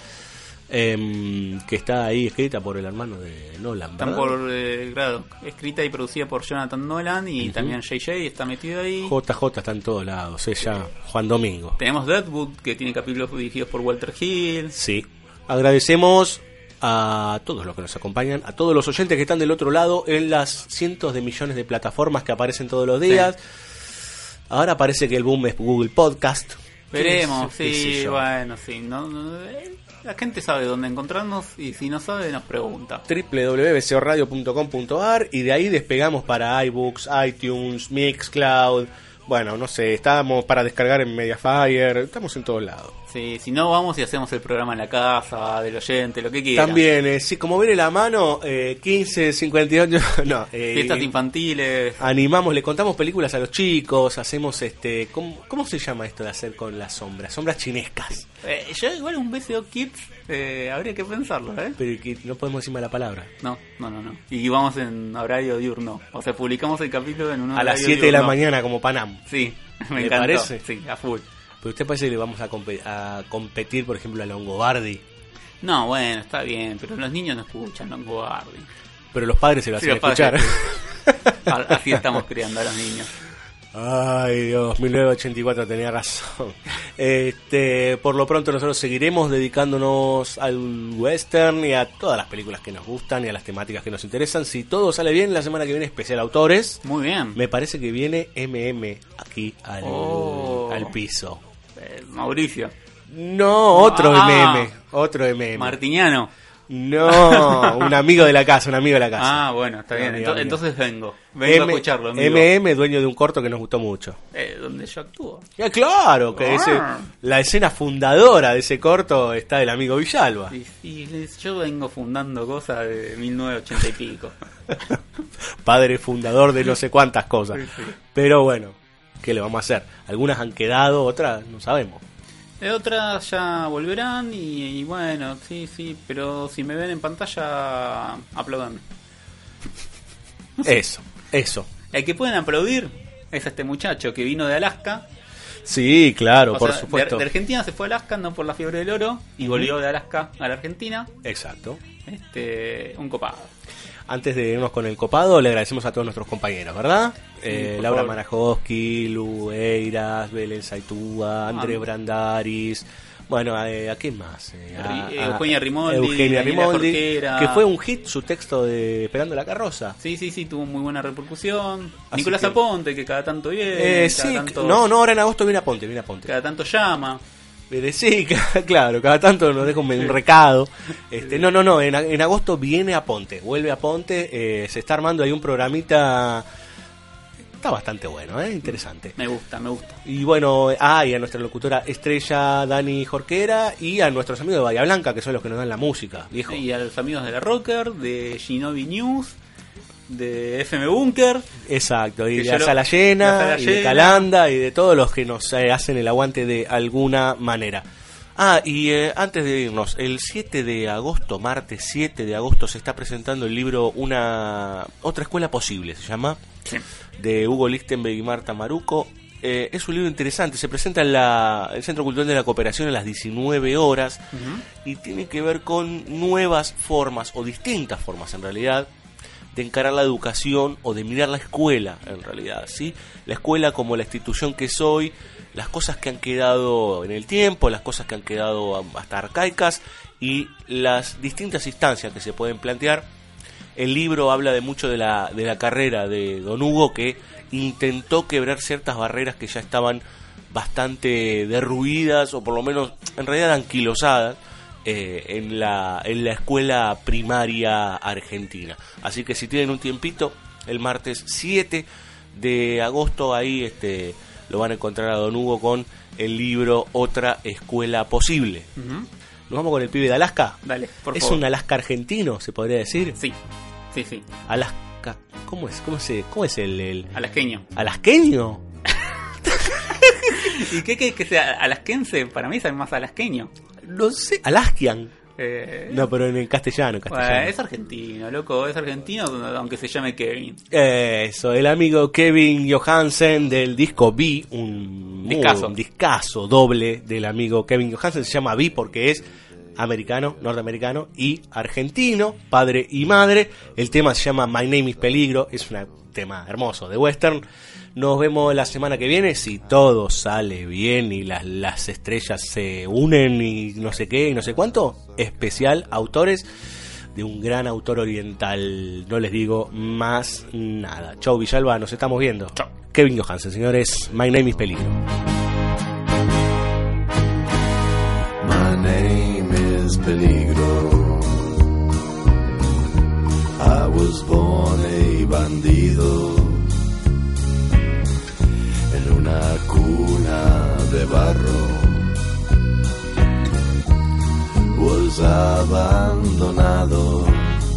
Que está ahí escrita por el hermano de Nolan, ¿verdad? Claro, escrita y producida por Jonathan Nolan, y también JJ está metido ahí. JJ está en todos lados, ya Juan Domingo. Tenemos Deadwood, que tiene capítulos dirigidos por Walter Hill. Sí. Agradecemos a todos los que nos acompañan, a todos los oyentes que están del otro lado en las cientos de millones de plataformas que aparecen todos los días. Sí. Ahora parece que el boom es Google Podcast. Veremos, sí, bueno, sí. La gente sabe dónde encontrarnos, y si no sabe nos pregunta. www.bsoradio.com.ar, y de ahí despegamos para iBooks, iTunes, Mixcloud. Bueno, no sé, estamos para descargar en Mediafire, estamos en todos lados. Sí, si no, vamos y hacemos el programa en la casa del oyente, lo que quiera. También, sí, como viene la mano, 15, 58, no. Fiestas infantiles. Animamos, le contamos películas a los chicos, hacemos ¿cómo se llama esto de hacer con las sombras? Sombras chinescas. Yo igual un BSO Kids, habría que pensarlo, Pero que no podemos decir mala palabra. No. Y vamos en horario diurno. O sea, publicamos el capítulo en un a las 7 de la mañana como Panam. Sí, me encantó. Parece? Sí, a full. ¿Pero usted parece que le vamos a competir, por ejemplo, a Longobardi? No, bueno, está bien, pero los niños no escuchan Longobardi. Pero los padres se lo hacen escuchar. Así estamos criando a los niños. Ay, Dios, 1984 tenía razón. Por lo pronto nosotros seguiremos dedicándonos al western y a todas las películas que nos gustan y a las temáticas que nos interesan. Si todo sale bien, la semana que viene especial autores. Muy bien. Me parece que viene MM aquí al piso. Mauricio. No, otro MM. Martiniano. No, un amigo de la casa. Ah, bueno, está bien. Entonces vengo a escucharlo. MM, dueño de un corto que nos gustó mucho. Donde yo actúo. Claro, que la escena fundadora de ese corto está el amigo Villalba. Y yo vengo fundando cosas de 1980 y pico. Padre fundador de no sé cuántas cosas. Sí. Pero bueno, ¿qué le vamos a hacer? Algunas han quedado, otras no sabemos. Otras ya volverán y bueno, sí, pero si me ven en pantalla, aplaudan. Eso. El que pueden aplaudir es este muchacho que vino de Alaska. Sí, claro, O por sea, supuesto. De Argentina se fue a Alaska, no por la fiebre del oro, y volvió de Alaska a la Argentina. Exacto. Un copado. Antes de irnos con el copado, le agradecemos a todos nuestros compañeros, ¿verdad? por Laura favor. Marajowski, Lu Eiras, Belén Saitúa, André Brandaris. Bueno, ¿a quién más? Eugenia Rimoldi, Eugenia Daniela Rimoldi, Jorquera. que fue un hit su texto de Esperando la carroza. Sí, tuvo muy buena repercusión. Así Nicolás que- Aponte, que cada tanto viene, Sí, cada tanto, no, ahora en agosto viene Aponte. cada tanto llama. Sí, claro, cada tanto nos deja un recado. No, en agosto viene Aponte, vuelve Aponte, se está armando ahí un programita. Está bastante bueno, interesante. Me gusta. Y bueno, y a nuestra locutora estrella Dani Jorquera y a nuestros amigos de Bahía Blanca, que son los que nos dan la música, viejo. Y a los amigos de la Rocker, de Shinobi News, de FM Bunker. Exacto, y Que de yo la lo- Sala la Llena, Sala y de Llena. Calanda, y de todos los que nos hacen el aguante de alguna manera. Y antes de irnos, el 7 de agosto, martes 7 de agosto, se está presentando el libro Otra Escuela Posible, se llama, de Hugo Lichtenberg y Marta Maruco. Es un libro interesante, se presenta en el Centro Cultural de la Cooperación a las 19 horas y tiene que ver con nuevas formas, o distintas formas en realidad, de encarar la educación o de mirar la escuela en realidad, ¿sí? La escuela como la institución que es hoy, las cosas que han quedado en el tiempo, las cosas que han quedado hasta arcaicas y las distintas instancias que se pueden plantear. El libro habla de mucho de la carrera de Don Hugo, que intentó quebrar ciertas barreras que ya estaban bastante derruidas o por lo menos en realidad anquilosadas en la escuela primaria argentina. Así que si tienen un tiempito, el martes 7 de agosto ahí lo van a encontrar a Don Hugo con el libro Otra Escuela Posible. ¿Nos vamos con el pibe de Alaska? Dale, por ¿Es favor. un Alaska argentino, se podría decir? Sí. Alaska, ¿cómo es el Alasqueño. alasqueño? ¿Y qué que sea alasquense? Para mí es más alasqueño. No sé, Alaskian. No, pero en castellano, Bueno, es argentino, loco, es argentino aunque se llame Kevin. Eso, el amigo Kevin Johansen del disco B, un discazo doble del amigo Kevin Johansen, se llama B porque es americano, norteamericano y argentino, padre y madre. El tema se llama My Name is Peligro, es un tema hermoso de western. Nos vemos la semana que viene, si todo sale bien y las estrellas se unen y no sé qué y no sé cuánto. Especial autores de un gran autor oriental. No les digo más nada. Chau Villalba, nos estamos viendo. Chau. Kevin Johansen, señores, My Name is Peligro. My name is Peligro. I was born a bandido en una cuna de barro. Was abandonado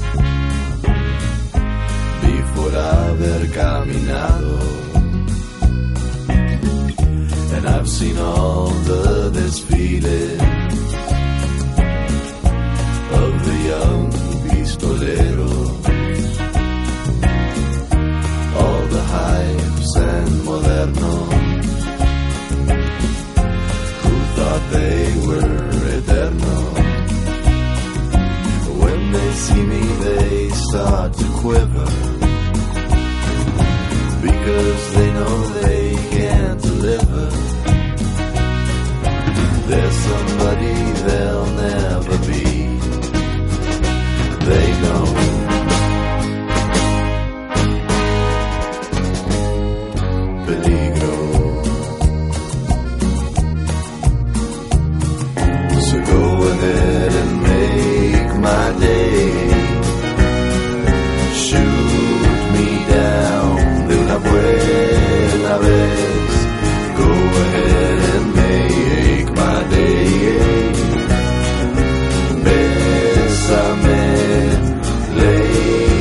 vi por haber caminado. And I've seen all the desfile of the young pistolero, all the hypes and modernos who thought they were eternal. When they see me they start to quiver, because they know they can't deliver. There's somebody they'll never be. They know. Peligro. So go ahead and make my day. Shoot me down de una buena vez. Go ahead and make my day. Bésame, lady.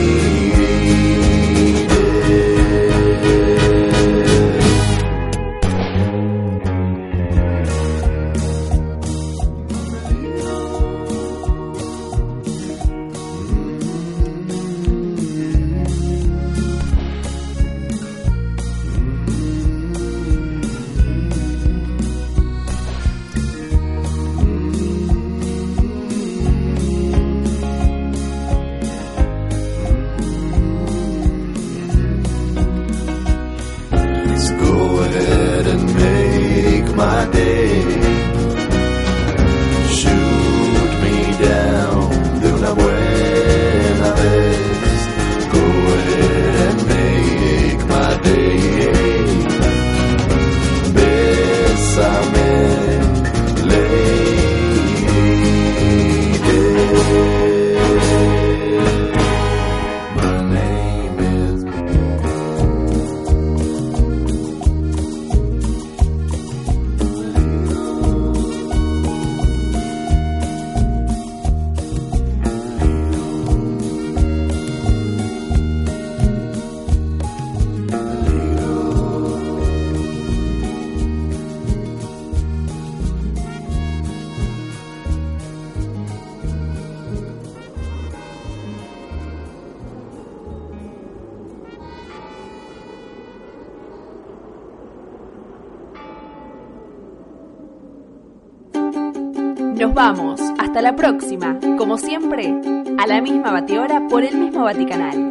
my day. Shoot me down de una buena vez. Go ahead and make my day. Bésame, Nos vamos, hasta la próxima, como siempre, a la misma batihora por el mismo Vaticanal.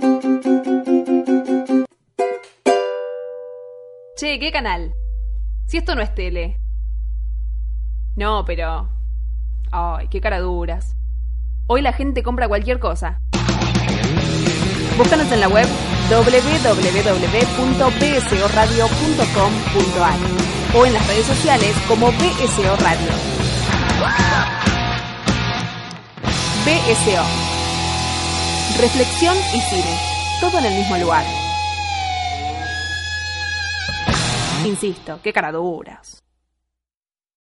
Che, ¿qué canal? Si esto no es tele. No, pero... Ay, qué caraduras. Hoy la gente compra cualquier cosa. Búscanos en la web www.bsoradio.com.ar o en las redes sociales como BSO Radio. BSO. Reflexión y cine. Todo en el mismo lugar. Insisto, qué caraduras.